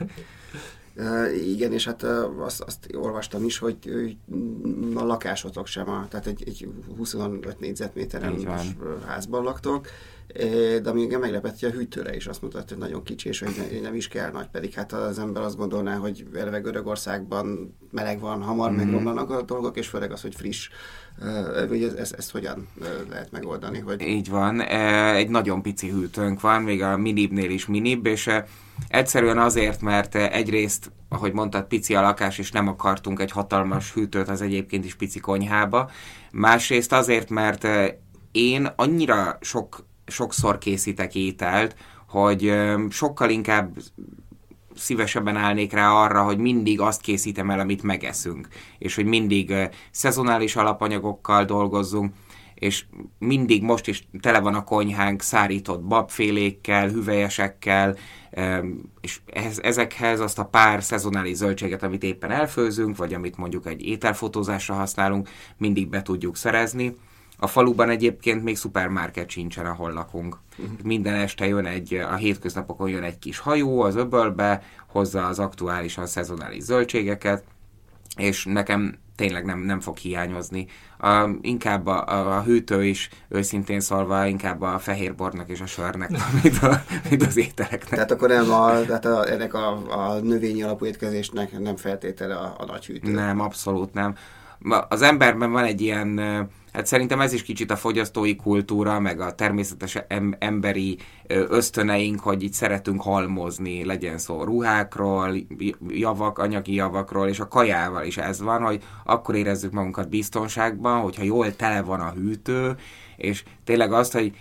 Uh, igen, és hát uh, azt, azt olvastam is, hogy uh, a lakásotok sem, a, tehát egy, egy huszonöt négyzetméteren házban laktok, de ami engem meglepett, hogy a hűtőre is azt mutatja, hogy nagyon kicsi, és hogy nem is kell nagy, pedig hát az ember azt gondolná, hogy eleve Görögországban meleg van, hamar mm. megromlanak a dolgok, és főleg az, hogy friss. Hogy ez, ezt, ezt hogyan lehet megoldani? Hogy... Így van, egy nagyon pici hűtőnk van, még a minibnél is minibb, és egyszerűen azért, mert egyrészt, ahogy mondtad, pici a lakás, és nem akartunk egy hatalmas hűtőt az egyébként is pici konyhába. Másrészt azért, mert én annyira sok, sokszor készítek ételt, hogy sokkal inkább szívesebben állnék rá arra, hogy mindig azt készítem el, amit megeszünk, és hogy mindig uh, szezonális alapanyagokkal dolgozzunk, és mindig most is tele van a konyhánk szárított babfélékkel, hüvelyesekkel, um, és ez, ezekhez azt a pár szezonális zöldséget, amit éppen elfőzünk, vagy amit mondjuk egy ételfotózásra használunk, mindig be tudjuk szerezni. A faluban egyébként még szupermarket sincsen, ahol lakunk. Uh-huh. Minden este jön egy, a hétköznapokon jön egy kis hajó az öbölbe, hozza az aktuálisan szezonális zöldségeket, és nekem tényleg nem, nem fog hiányozni. A, inkább a, a, a hűtő is, őszintén szólva, inkább a fehérbornak és a sörnek, mint, a, mint az ételeknek. Tehát akkor nem a, tehát a, ennek a, a növényi alapú étkezésnek nem feltétele a, a nagy hűtő? Nem, abszolút nem. Az emberben van egy ilyen, hát szerintem ez is kicsit a fogyasztói kultúra, meg a természetes em- emberi ösztöneink, hogy így szeretünk halmozni, legyen szó ruhákról, javak, anyagi javakról, és a kajával is ez van, hogy akkor érezzük magunkat biztonságban, hogyha jól tele van a hűtő, és tényleg azt, hogy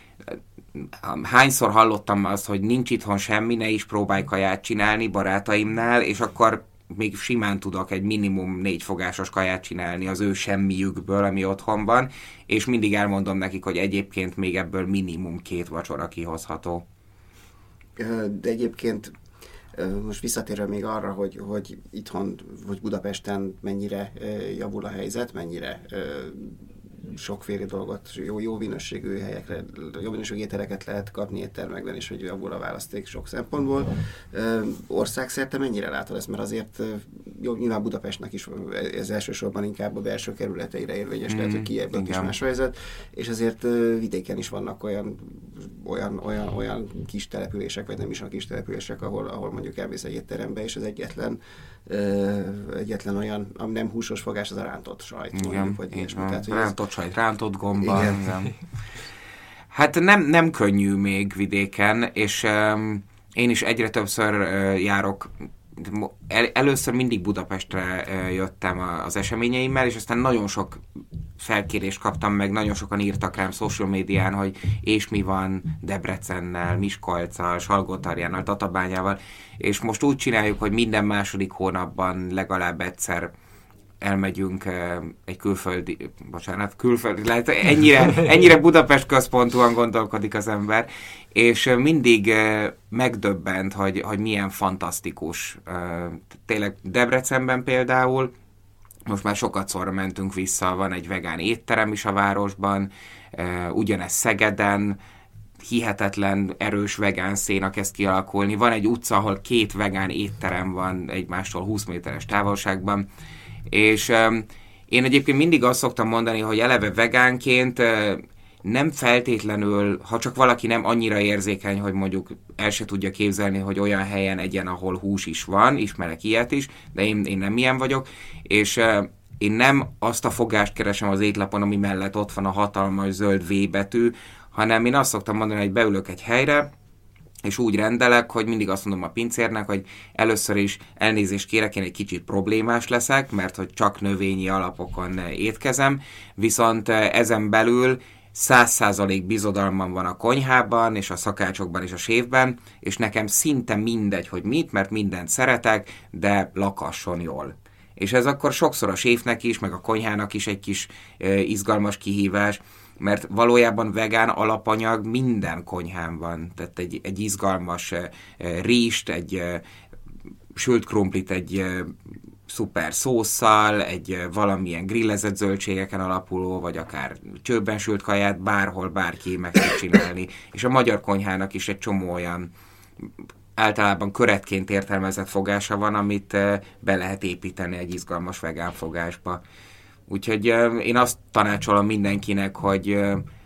hányszor hallottam azt, hogy nincs itthon semmi, ne is próbálj kaját csinálni barátaimnál, és akkor még simán tudok egy minimum négyfogásos kaját csinálni az ő semmiükből, ami otthon van, és mindig elmondom nekik, hogy egyébként még ebből minimum két vacsora kihozható. De egyébként most visszatérve még arra, hogy, hogy itthon, vagy Budapesten mennyire javul a helyzet, mennyire sokféle dolgot, jó, jó minőségű helyekre, jó minőségű ételeket lehet kapni éttermekben, és hogy javul a választék sok szempontból. Országszerte mennyire látod ezt? Mert azért jó, nyilván Budapestnek is ez elsősorban inkább a belső kerületeire érvényes, mm, lehet, hogy Kijevben is más helyzet, és azért vidéken is vannak olyan, olyan, olyan, olyan kis települések, vagy nem is a kis települések, ahol, ahol mondjuk elmész egy étterembe, és az egyetlen egyetlen olyan, ami nem húsos fogás, az a rántott sajt. Igen, mondjuk, vagy ilyesmi. Tehát, rántott ez... sajt, rántott gomba. Igen. Igen. Hát nem, nem könnyű még vidéken, és um, én is egyre többször uh, járok, El, először mindig Budapestre uh, jöttem a, az eseményeimmel, és aztán nagyon sok felkérést kaptam meg, nagyon sokan írtak rám social médián, hogy és mi van Debrecennel, Miskolccal, Salgótarjánnal, Tatabányával, és most úgy csináljuk, hogy minden második hónapban legalább egyszer elmegyünk egy külföldi, bocsánat, külföldi, lehet, ennyire, ennyire Budapest központúan gondolkodik az ember, és mindig megdöbbent, hogy, hogy milyen fantasztikus. Tényleg Debrecenben például, most már sokat szorra mentünk vissza, van egy vegán étterem is a városban, ugyanez Szegeden, hihetetlen erős vegán széna kezd kialakulni. Van egy utca, ahol két vegán étterem van egymástól húsz méteres távolságban, és um, én egyébként mindig azt szoktam mondani, hogy eleve vegánként uh, nem feltétlenül, ha csak valaki nem annyira érzékeny, hogy mondjuk el se tudja képzelni, hogy olyan helyen egyen, ahol hús is van, ismerek ilyet is, de én, én nem ilyen vagyok, és uh, én nem azt a fogást keresem az étlapon, ami mellett ott van a hatalmas zöld V betű, hanem én azt szoktam mondani, hogy beülök egy helyre, és úgy rendelek, hogy mindig azt mondom a pincérnek, hogy először is elnézést kérek, én egy kicsit problémás leszek, mert hogy csak növényi alapokon étkezem, viszont ezen belül száz százalék bizodalmam van a konyhában, és a szakácsokban, és a séfben, és nekem szinte mindegy, hogy mit, mert mindent szeretek, de lakasson jól. És ez akkor sokszor a séfnek is, meg a konyhának is egy kis e, izgalmas kihívás, mert valójában vegán alapanyag minden konyhán van. Tehát egy, egy izgalmas e, rizst, egy e, sült krumplit, egy e, szuper szósszal, egy e, valamilyen grillezett zöldségeken alapuló, vagy akár csőben sült kaját, bárhol bárki meg tud csinálni. És a magyar konyhának is egy csomó olyan általában köretként értelmezett fogása van, amit e, be lehet építeni egy izgalmas vegán fogásba. Úgyhogy uh, én azt tanácsolom mindenkinek, hogy uh,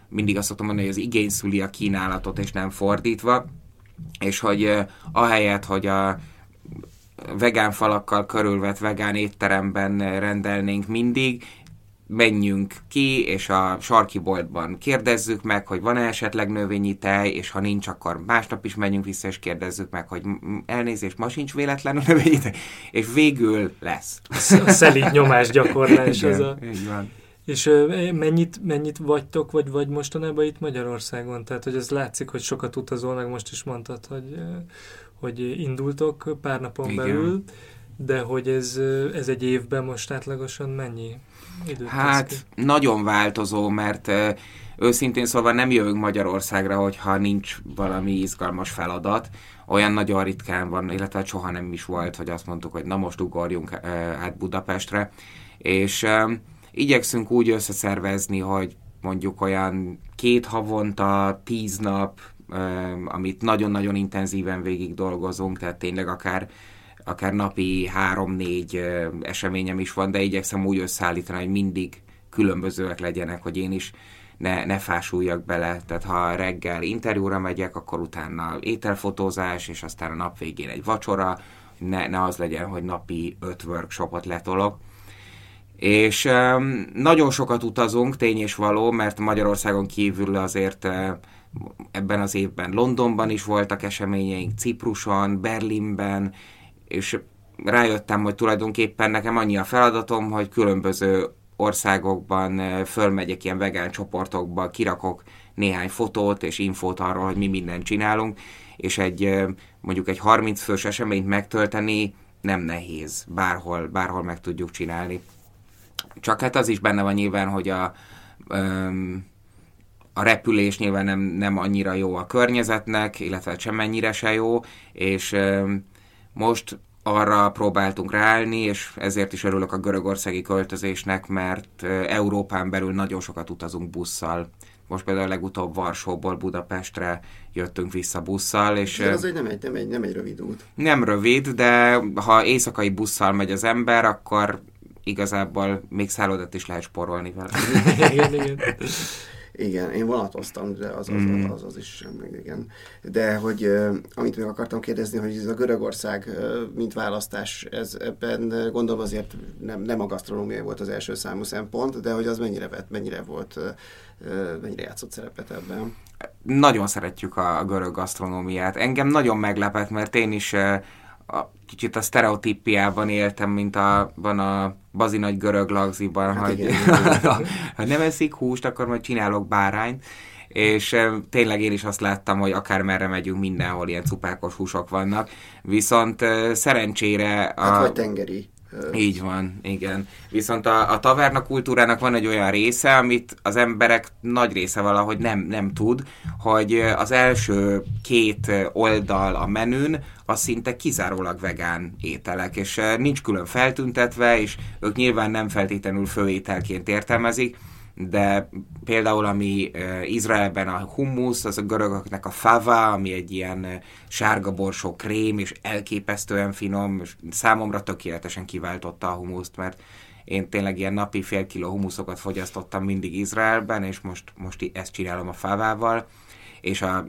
mindig azt szoktam mondani, hogy az igény szüli a kínálatot, és nem fordítva, és hogy uh, ahelyett, hogy a vegán falakkal körülvett vegán étteremben rendelnénk mindig, menjünk ki, és a sarki boltban kérdezzük meg, hogy van-e esetleg növényi tej, és ha nincs, akkor másnap is menjünk vissza, és kérdezzük meg, hogy elnézést, ma sincs véletlenül növényi tej, és végül lesz. A szelíd nyomásgyakorlás. Igen, az a... így van. És mennyit, mennyit vagytok, vagy vagy mostanában itt Magyarországon? Tehát, hogy ez látszik, hogy sokat utazol, meg most is mondtad, hogy, hogy indultok pár napon Igen. belül, de hogy ez, ez egy évben most átlagosan mennyi időt Hát tesz ki? nagyon változó, mert őszintén szólva nem jövünk Magyarországra, hogyha nincs valami izgalmas feladat. Olyan nagyon ritkán van, illetve soha nem is volt, hogy azt mondtuk, hogy na most ugorjunk át Budapestre. És igyekszünk úgy összeszervezni, hogy mondjuk olyan két havonta, tíz nap, amit nagyon-nagyon intenzíven végig dolgozunk, tehát tényleg akár, akár napi három-négy eseményem is van, de igyekszem úgy összeállítani, hogy mindig különbözőek legyenek, hogy én is ne, ne fásuljak bele. Tehát ha reggel interjúra megyek, akkor utána ételfotózás, és aztán a nap végén egy vacsora, ne, ne az legyen, hogy napi öt workshopot letolok. És um, nagyon sokat utazunk, tény és való, mert Magyarországon kívül azért uh, ebben az évben Londonban is voltak eseményeink, Cipruson, Berlinben, és rájöttem, hogy tulajdonképpen nekem annyi a feladatom, hogy különböző országokban uh, fölmegyek ilyen vegán csoportokba, kirakok néhány fotót és infót arról, hogy mi mindent csinálunk, és egy uh, mondjuk egy harminc fős eseményt megtölteni nem nehéz, bárhol, bárhol meg tudjuk csinálni. Csak hát az is benne van nyilván, hogy a, a repülés nyilván nem, nem annyira jó a környezetnek, illetve semmennyire se jó, és most arra próbáltunk ráállni, és ezért is örülök a görögországi költözésnek, mert Európán belül nagyon sokat utazunk busszal. Most például legutóbb Varsóból Budapestre jöttünk vissza busszal. És ez egy nem, egy, nem, egy, nem egy rövid út. Nem rövid, de ha éjszakai busszal megy az ember, akkor igazából még szállodát is lehet spórolni vele. igen, igen. Igen, én vonatoztam, de az az, mm. az, az is sem, igen. De hogy uh, amit még akartam kérdezni, hogy ez a Görögország, uh, mint választás, ez ebben gondolom azért nem, nem a gasztronómia volt az első számú szempont, de hogy az mennyire vett, mennyire volt, uh, mennyire játszott szerepet ebben? Nagyon szeretjük a, a görög gasztronómiát. Engem nagyon meglepett, mert én is uh, a, kicsit a sztereotípiában éltem, mint a, van a bazi nagy görög lagziban, hát hogy igen, ha nem eszik húst, akkor majd csinálok bárányt, és e, tényleg én is azt láttam, hogy akármerre megyünk, mindenhol ilyen cupákos húsok vannak, viszont e, szerencsére... A... Hát vagy tengeri. Így van, igen. Viszont a, a taverna kultúrának van egy olyan része, amit az emberek nagy része valahogy nem, nem tud, hogy az első két oldal a menün, az szinte kizárólag vegán ételek, és nincs külön feltüntetve, és ők nyilván nem feltétlenül főételként értelmezik, de például ami uh, Izraelben a hummus, az a görögöknek a fava, ami egy ilyen uh, sárga borsó krém, és elképesztően finom, és számomra tökéletesen kiváltotta a humuszt, mert én tényleg ilyen napi fél kiló humuszokat fogyasztottam mindig Izraelben, és most, most ezt csinálom a favával, és a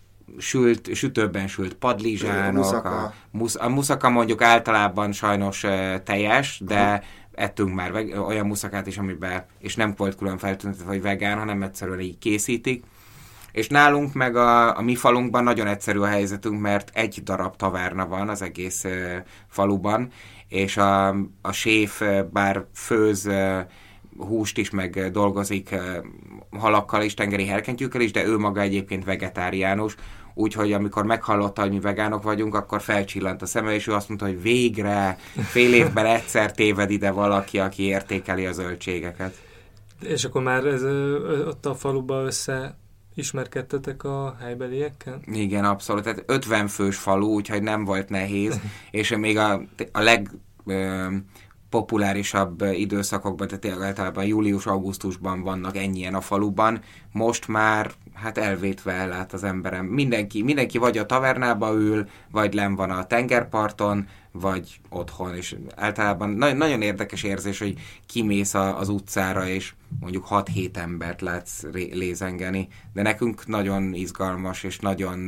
sült, sütőben sült padlizsánok, a, musz, a muszaka mondjuk általában sajnos uh, teljes, de ettünk már veg- olyan muszakát is, amiben, és nem volt külön feltüntetve, hogy vegán, hanem egyszerűen így készítik. És nálunk meg a, a mi falunkban nagyon egyszerű a helyzetünk, mert egy darab taverna van az egész uh, faluban, és a, a séf uh, bár főz uh, húst is, meg dolgozik uh, halakkal is, tengeri herkentyűkkel is, de ő maga egyébként vegetáriánus, úgyhogy amikor meghallotta, hogy mi vegánok vagyunk, akkor felcsillant a szeme, és ő azt mondta, hogy végre fél évben egyszer téved ide valaki, aki értékeli a zöldségeket. És akkor már ez, ott a faluban össze ismerkedtetek a helybeliekkel? Igen, abszolút. Tehát ötven fős falu, úgyhogy nem volt nehéz, és még a, a leg... Ö, populárisabb időszakokban, tehát tényleg általában július-augusztusban vannak ennyien a faluban, most már hát elvétve ellát az emberem. Mindenki, mindenki vagy a tavernába ül, vagy lenn van a tengerparton, vagy otthon, és általában na- nagyon érdekes érzés, hogy kimész a, az utcára, és mondjuk hat-hét embert látsz ré- lézengeni, de nekünk nagyon izgalmas, és nagyon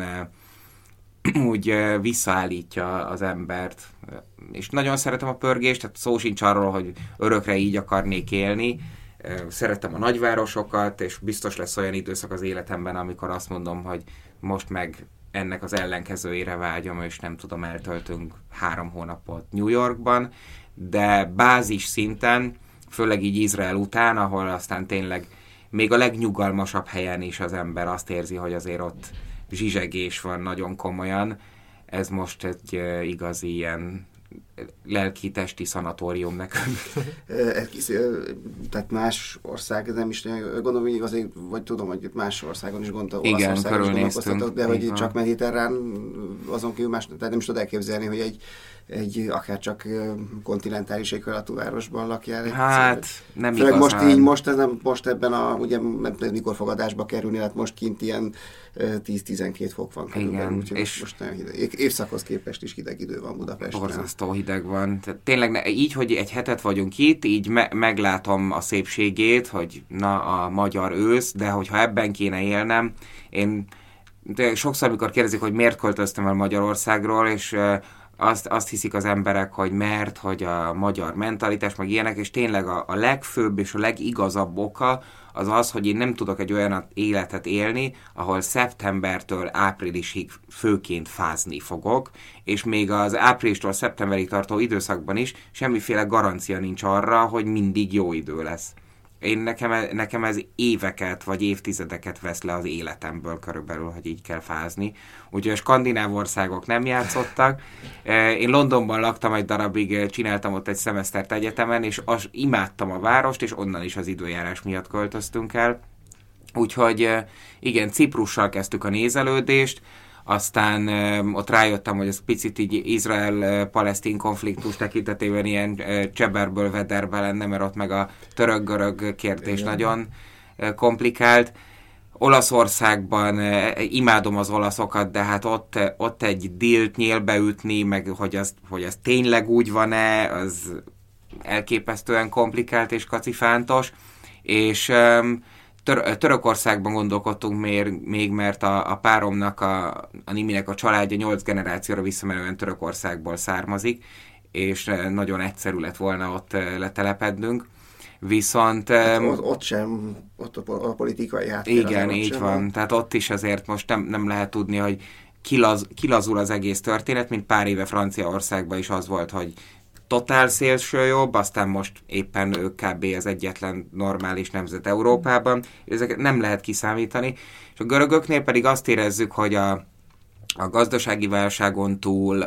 úgy visszaállítja az embert. És nagyon szeretem a pörgést, tehát szó sincs arról, hogy örökre így akarnék élni. Szeretem a nagyvárosokat, és biztos lesz olyan időszak az életemben, amikor azt mondom, hogy most meg ennek az ellenkezőjére vágyom, és nem tudom, eltöltünk három hónapot New Yorkban, de bázis szinten, főleg így Izrael után, ahol aztán tényleg még a legnyugalmasabb helyen is az ember azt érzi, hogy azért ott zsizsegés van nagyon komolyan. Ez most egy uh, igazi ilyen lelki-testi szanatórium nekünk. Tehát más ország, nem is gondolom, hogy azért, vagy tudom, hogy más országon is gondolom, igen, körülnéztünk. De hogy csak mediterrán, azon kívül más, tehát nem is tudod elképzelni, hogy egy, egy akár csak kontinentális éghajlatú városban lakjál. Hát, nem főleg igazán. Most így, most, ez nem, most ebben a, ugye nem tudom, mikor fogadásba kerülni, hát most kint ilyen tíz-tizenkét fok van körülbelül, úgyhogy és most nagyon hideg. Évszakhoz képest is hideg idő van Budapesten. Borzasztó hideg van. Tehát tényleg ne, így, hogy egy hetet vagyunk itt, így me- meglátom a szépségét, hogy na a magyar ősz, de hogyha ebben kéne élnem, én de sokszor, amikor kérdezik, hogy miért költöztem el Magyarországról, és uh, azt, azt hiszik az emberek, hogy mert, hogy a magyar mentalitás, meg ilyenek, és tényleg a, a legfőbb és a legigazabb oka az az, hogy én nem tudok egy olyan életet élni, ahol szeptembertől áprilisig főként fázni fogok, és még az áprilistól szeptemberig tartó időszakban is semmiféle garancia nincs arra, hogy mindig jó idő lesz. Én nekem, nekem ez éveket vagy évtizedeket vesz le az életemből körülbelül, hogy így kell fázni. Úgyhogy a skandináv országok nem játszottak. Én Londonban laktam egy darabig, csináltam ott egy szemesztert egyetemen, és az, imádtam a várost, és onnan is az időjárás miatt költöztünk el. Úgyhogy igen, Ciprussal kezdtük a nézelődést, aztán ö, ott rájöttem, hogy ez picit így Izrael-palesztin konfliktus tekintetében ilyen ö, cseberből vederbe lenne, mert ott meg a török-görög kérdés igen. nagyon ö, komplikált. Olaszországban ö, imádom az olaszokat, de hát ott, ott egy dílt nyélbe ütni, meg hogy az, hogy az tényleg úgy van-e, az elképesztően komplikált és kacifántos, és ö, Tör- Törökországban gondolkodtunk még, még mert a, a páromnak, a, a Niminek a családja nyolc generációra visszamenően Törökországból származik, és nagyon egyszerű lett volna ott letelepednünk. Viszont... Hát ott, ott sem, ott a politikai háttér. Igen, így van. van. Tehát ott is azért most nem, nem lehet tudni, hogy kilaz, kilazul az egész történet, mint pár éve Franciaországban is az volt, hogy totál szélsőjobb, aztán most éppen ők kb. Az egyetlen normális nemzet Európában. Ezeket nem lehet kiszámítani. És a görögöknél pedig azt érezzük, hogy a, a gazdasági válságon túl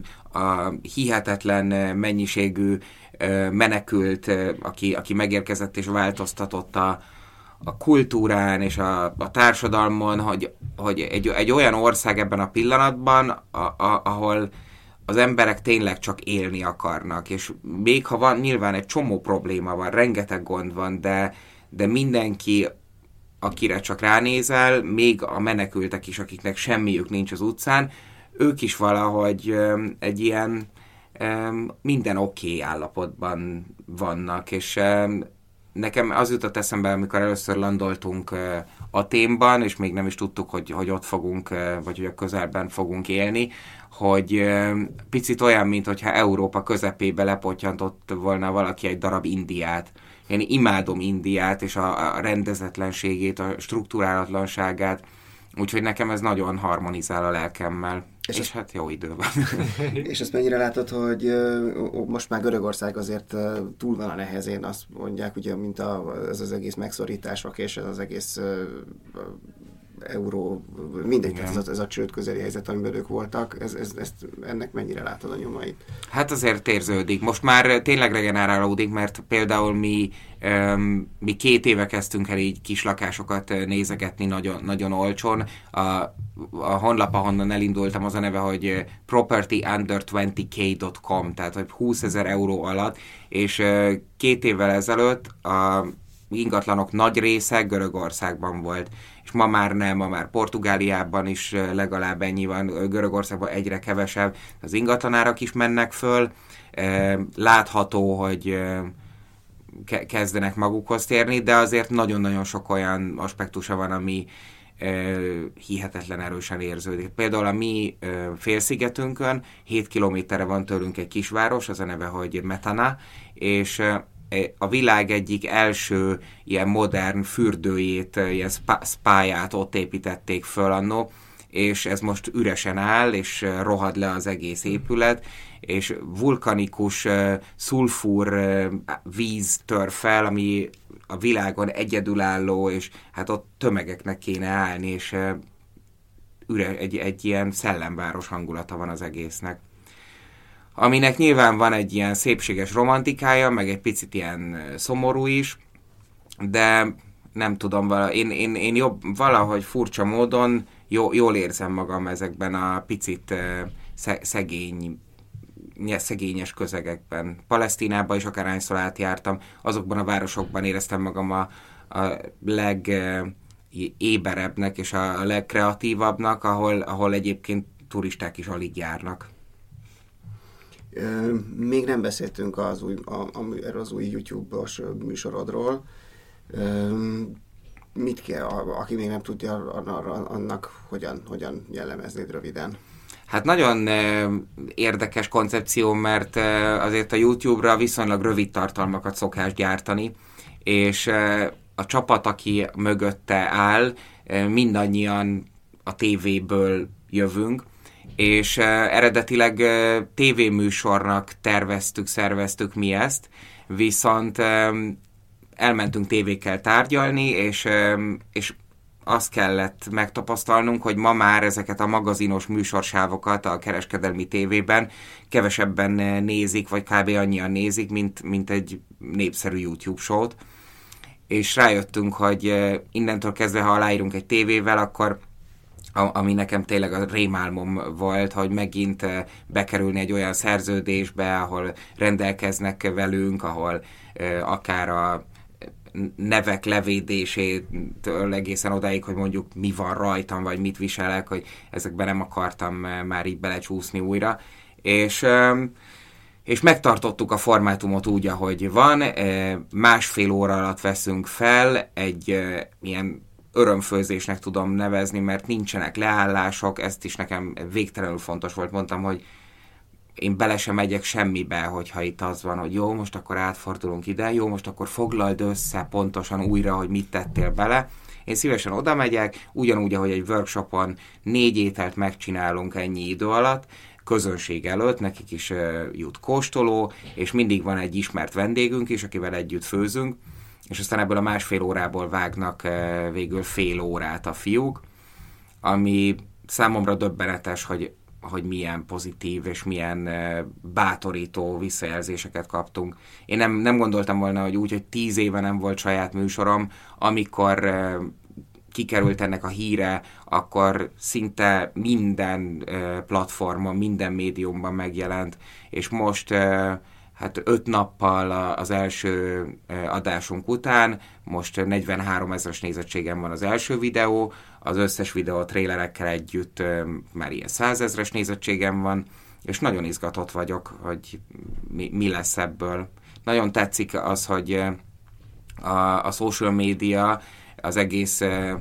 a hihetetlen mennyiségű menekült, aki, aki megérkezett és változtatott a, a kultúrán és a, a társadalmon, hogy, hogy egy, egy olyan ország ebben a pillanatban, a, a, ahol az emberek tényleg csak élni akarnak, és még ha van, nyilván egy csomó probléma van, rengeteg gond van, de, de mindenki, akire csak ránézel, még a menekültek is, akiknek semmiük nincs az utcán, ők is valahogy um, egy ilyen um, minden oké okay állapotban vannak, és um, nekem az jutott eszembe, amikor először landoltunk uh, Athénban, és még nem is tudtuk, hogy, hogy ott fogunk, uh, vagy hogy a közelben fogunk élni, hogy uh, picit olyan, mint hogyha Európa közepébe lepottyantott volna valaki egy darab Indiát. Én imádom Indiát, és a, a rendezetlenségét, a struktúrálatlanságát, úgyhogy nekem ez nagyon harmonizál a lelkemmel. És, és hát jó idő van. És ezt mennyire látod, hogy uh, most már Görögország azért uh, túl van a nehezén, azt mondják, ugye, mint a, ez az egész megszorítások, és ez az egész uh, euró, mindegy, tehát ez a, ez a csőd közeli helyzet, amiben ők voltak, ez, ez, ezt, ennek mennyire látod a nyomait? Hát azért érződik. Most már tényleg regenerálódik, mert például mi, um, mi két éve kezdtünk el így kis lakásokat nézegetni nagyon, nagyon olcsón. A, a honlap, ahonnan elindultam, az a neve, hogy property under twenty k dot com, tehát hogy húszezer euró alatt, és uh, két évvel ezelőtt a ingatlanok nagy része Görögországban volt, és ma már nem, ma már Portugáliában is legalább ennyi van, Görögországban egyre kevesebb, az ingatlanárak is mennek föl, látható, hogy kezdenek magukhoz térni, de azért nagyon-nagyon sok olyan aspektusa van, ami hihetetlen erősen érződik. Például a mi félszigetünkön hét kilométerre van tőlünk egy kisváros, az a neve, hogy Metana, és a világ egyik első ilyen modern fürdőjét, ilyen spáját ott építették föl annó, és ez most üresen áll, és rohad le az egész épület, és vulkanikus szulfúr víz tör fel, ami a világon egyedülálló, és hát ott tömegeknek kéne állni, és üre, egy, egy ilyen szellemváros hangulata van az egésznek. Aminek nyilván van egy ilyen szépséges romantikája, meg egy picit ilyen szomorú is, de nem tudom, vala, én, én, én jobb, valahogy furcsa módon jó, jól érzem magam ezekben a picit szegény, szegényes közegekben. Palesztinában is akárhányszor átjártam, azokban a városokban éreztem magam a, a legéberebbnek és a legkreatívabbnak, ahol, ahol egyébként turisták is alig járnak. Még nem beszéltünk az új, a, a, erről az új YouTube-os műsorodról. Mit kell, aki még nem tudja, annak hogyan, hogyan jellemeznéd röviden? Hát nagyon érdekes koncepció, mert azért a YouTube-ra viszonylag rövid tartalmakat szokás gyártani, és a csapat, aki mögötte áll, mindannyian a tévéből jövünk, és uh, eredetileg uh, tévéműsornak terveztük, szerveztük mi ezt, viszont um, elmentünk tévékkel tárgyalni, és, um, és azt kellett megtapasztalnunk, hogy ma már ezeket a magazinos műsorsávokat a kereskedelmi tévében kevesebben nézik, vagy kb. Annyian nézik, mint, mint egy népszerű YouTube show-t. És rájöttünk, hogy uh, innentől kezdve, ha aláírunk egy tévével, akkor ami nekem tényleg a rémálmom volt, hogy megint bekerülni egy olyan szerződésbe, ahol rendelkeznek velünk, ahol akár a nevek levédésétől egészen odáig, hogy mondjuk mi van rajtam, vagy mit viselek, hogy ezekben nem akartam már így belecsúszni újra. És, és megtartottuk a formátumot úgy, ahogy van. Másfél óra alatt veszünk fel egy ilyen örömfőzésnek tudom nevezni, mert nincsenek leállások, ezt is nekem végtelenül fontos volt. Mondtam, hogy én bele sem megyek semmibe, hogyha itt az van, hogy jó, most akkor átfordulunk ide, jó, most akkor foglald össze pontosan újra, hogy mit tettél bele. Én szívesen oda megyek, ugyanúgy, ahogy egy workshopon négy ételt megcsinálunk ennyi idő alatt, közönség előtt, nekik is uh, jut kóstoló, és mindig van egy ismert vendégünk is, akivel együtt főzünk, és aztán ebből a másfél órából vágnak uh, végül fél órát a fiúk, ami számomra döbbenetes, hogy, hogy milyen pozitív és milyen uh, bátorító visszajelzéseket kaptunk. Én nem, nem gondoltam volna, hogy úgy, hogy tíz éve nem volt saját műsorom, amikor uh, kikerült ennek a híre, akkor szinte minden uh, platformon, minden médiumban megjelent, és most uh, hát öt nappal az első uh, adásunk után, most negyvenhárom ezres nézettségem van az első videó, az összes videó trélerekkel együtt uh, már ilyen százezres nézettségem van, és nagyon izgatott vagyok, hogy mi, mi lesz ebből. Nagyon tetszik az, hogy uh, a, a social media, az egész,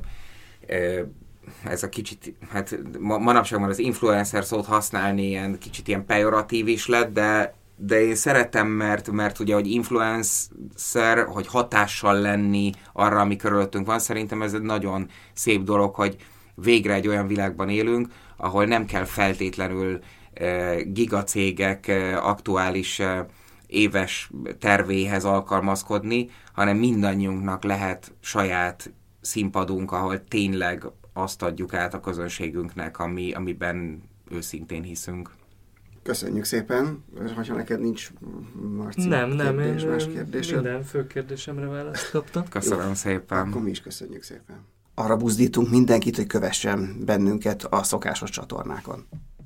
ez a kicsit, hát manapság már az influencer szót használni ilyen kicsit ilyen pejoratív is lett, de, de én szeretem, mert, mert ugye, hogy influencer, hogy hatással lenni arra, ami körülöttünk van, szerintem ez egy nagyon szép dolog, hogy végre egy olyan világban élünk, ahol nem kell feltétlenül gigacégek aktuális éves tervéhez alkalmazkodni, hanem mindannyiunknak lehet saját színpadunk, ahol tényleg azt adjuk át a közönségünknek, ami, amiben őszintén hiszünk. Köszönjük szépen, hogyha neked nincs, Marci, nem, nem, kérdés, én más kérdésed. minden fő kérdésemre választ kaptam. Köszönöm Jó, szépen. Akkor mi is köszönjük szépen. Arra buzdítunk mindenkit, hogy kövessen bennünket a szokásos csatornákon.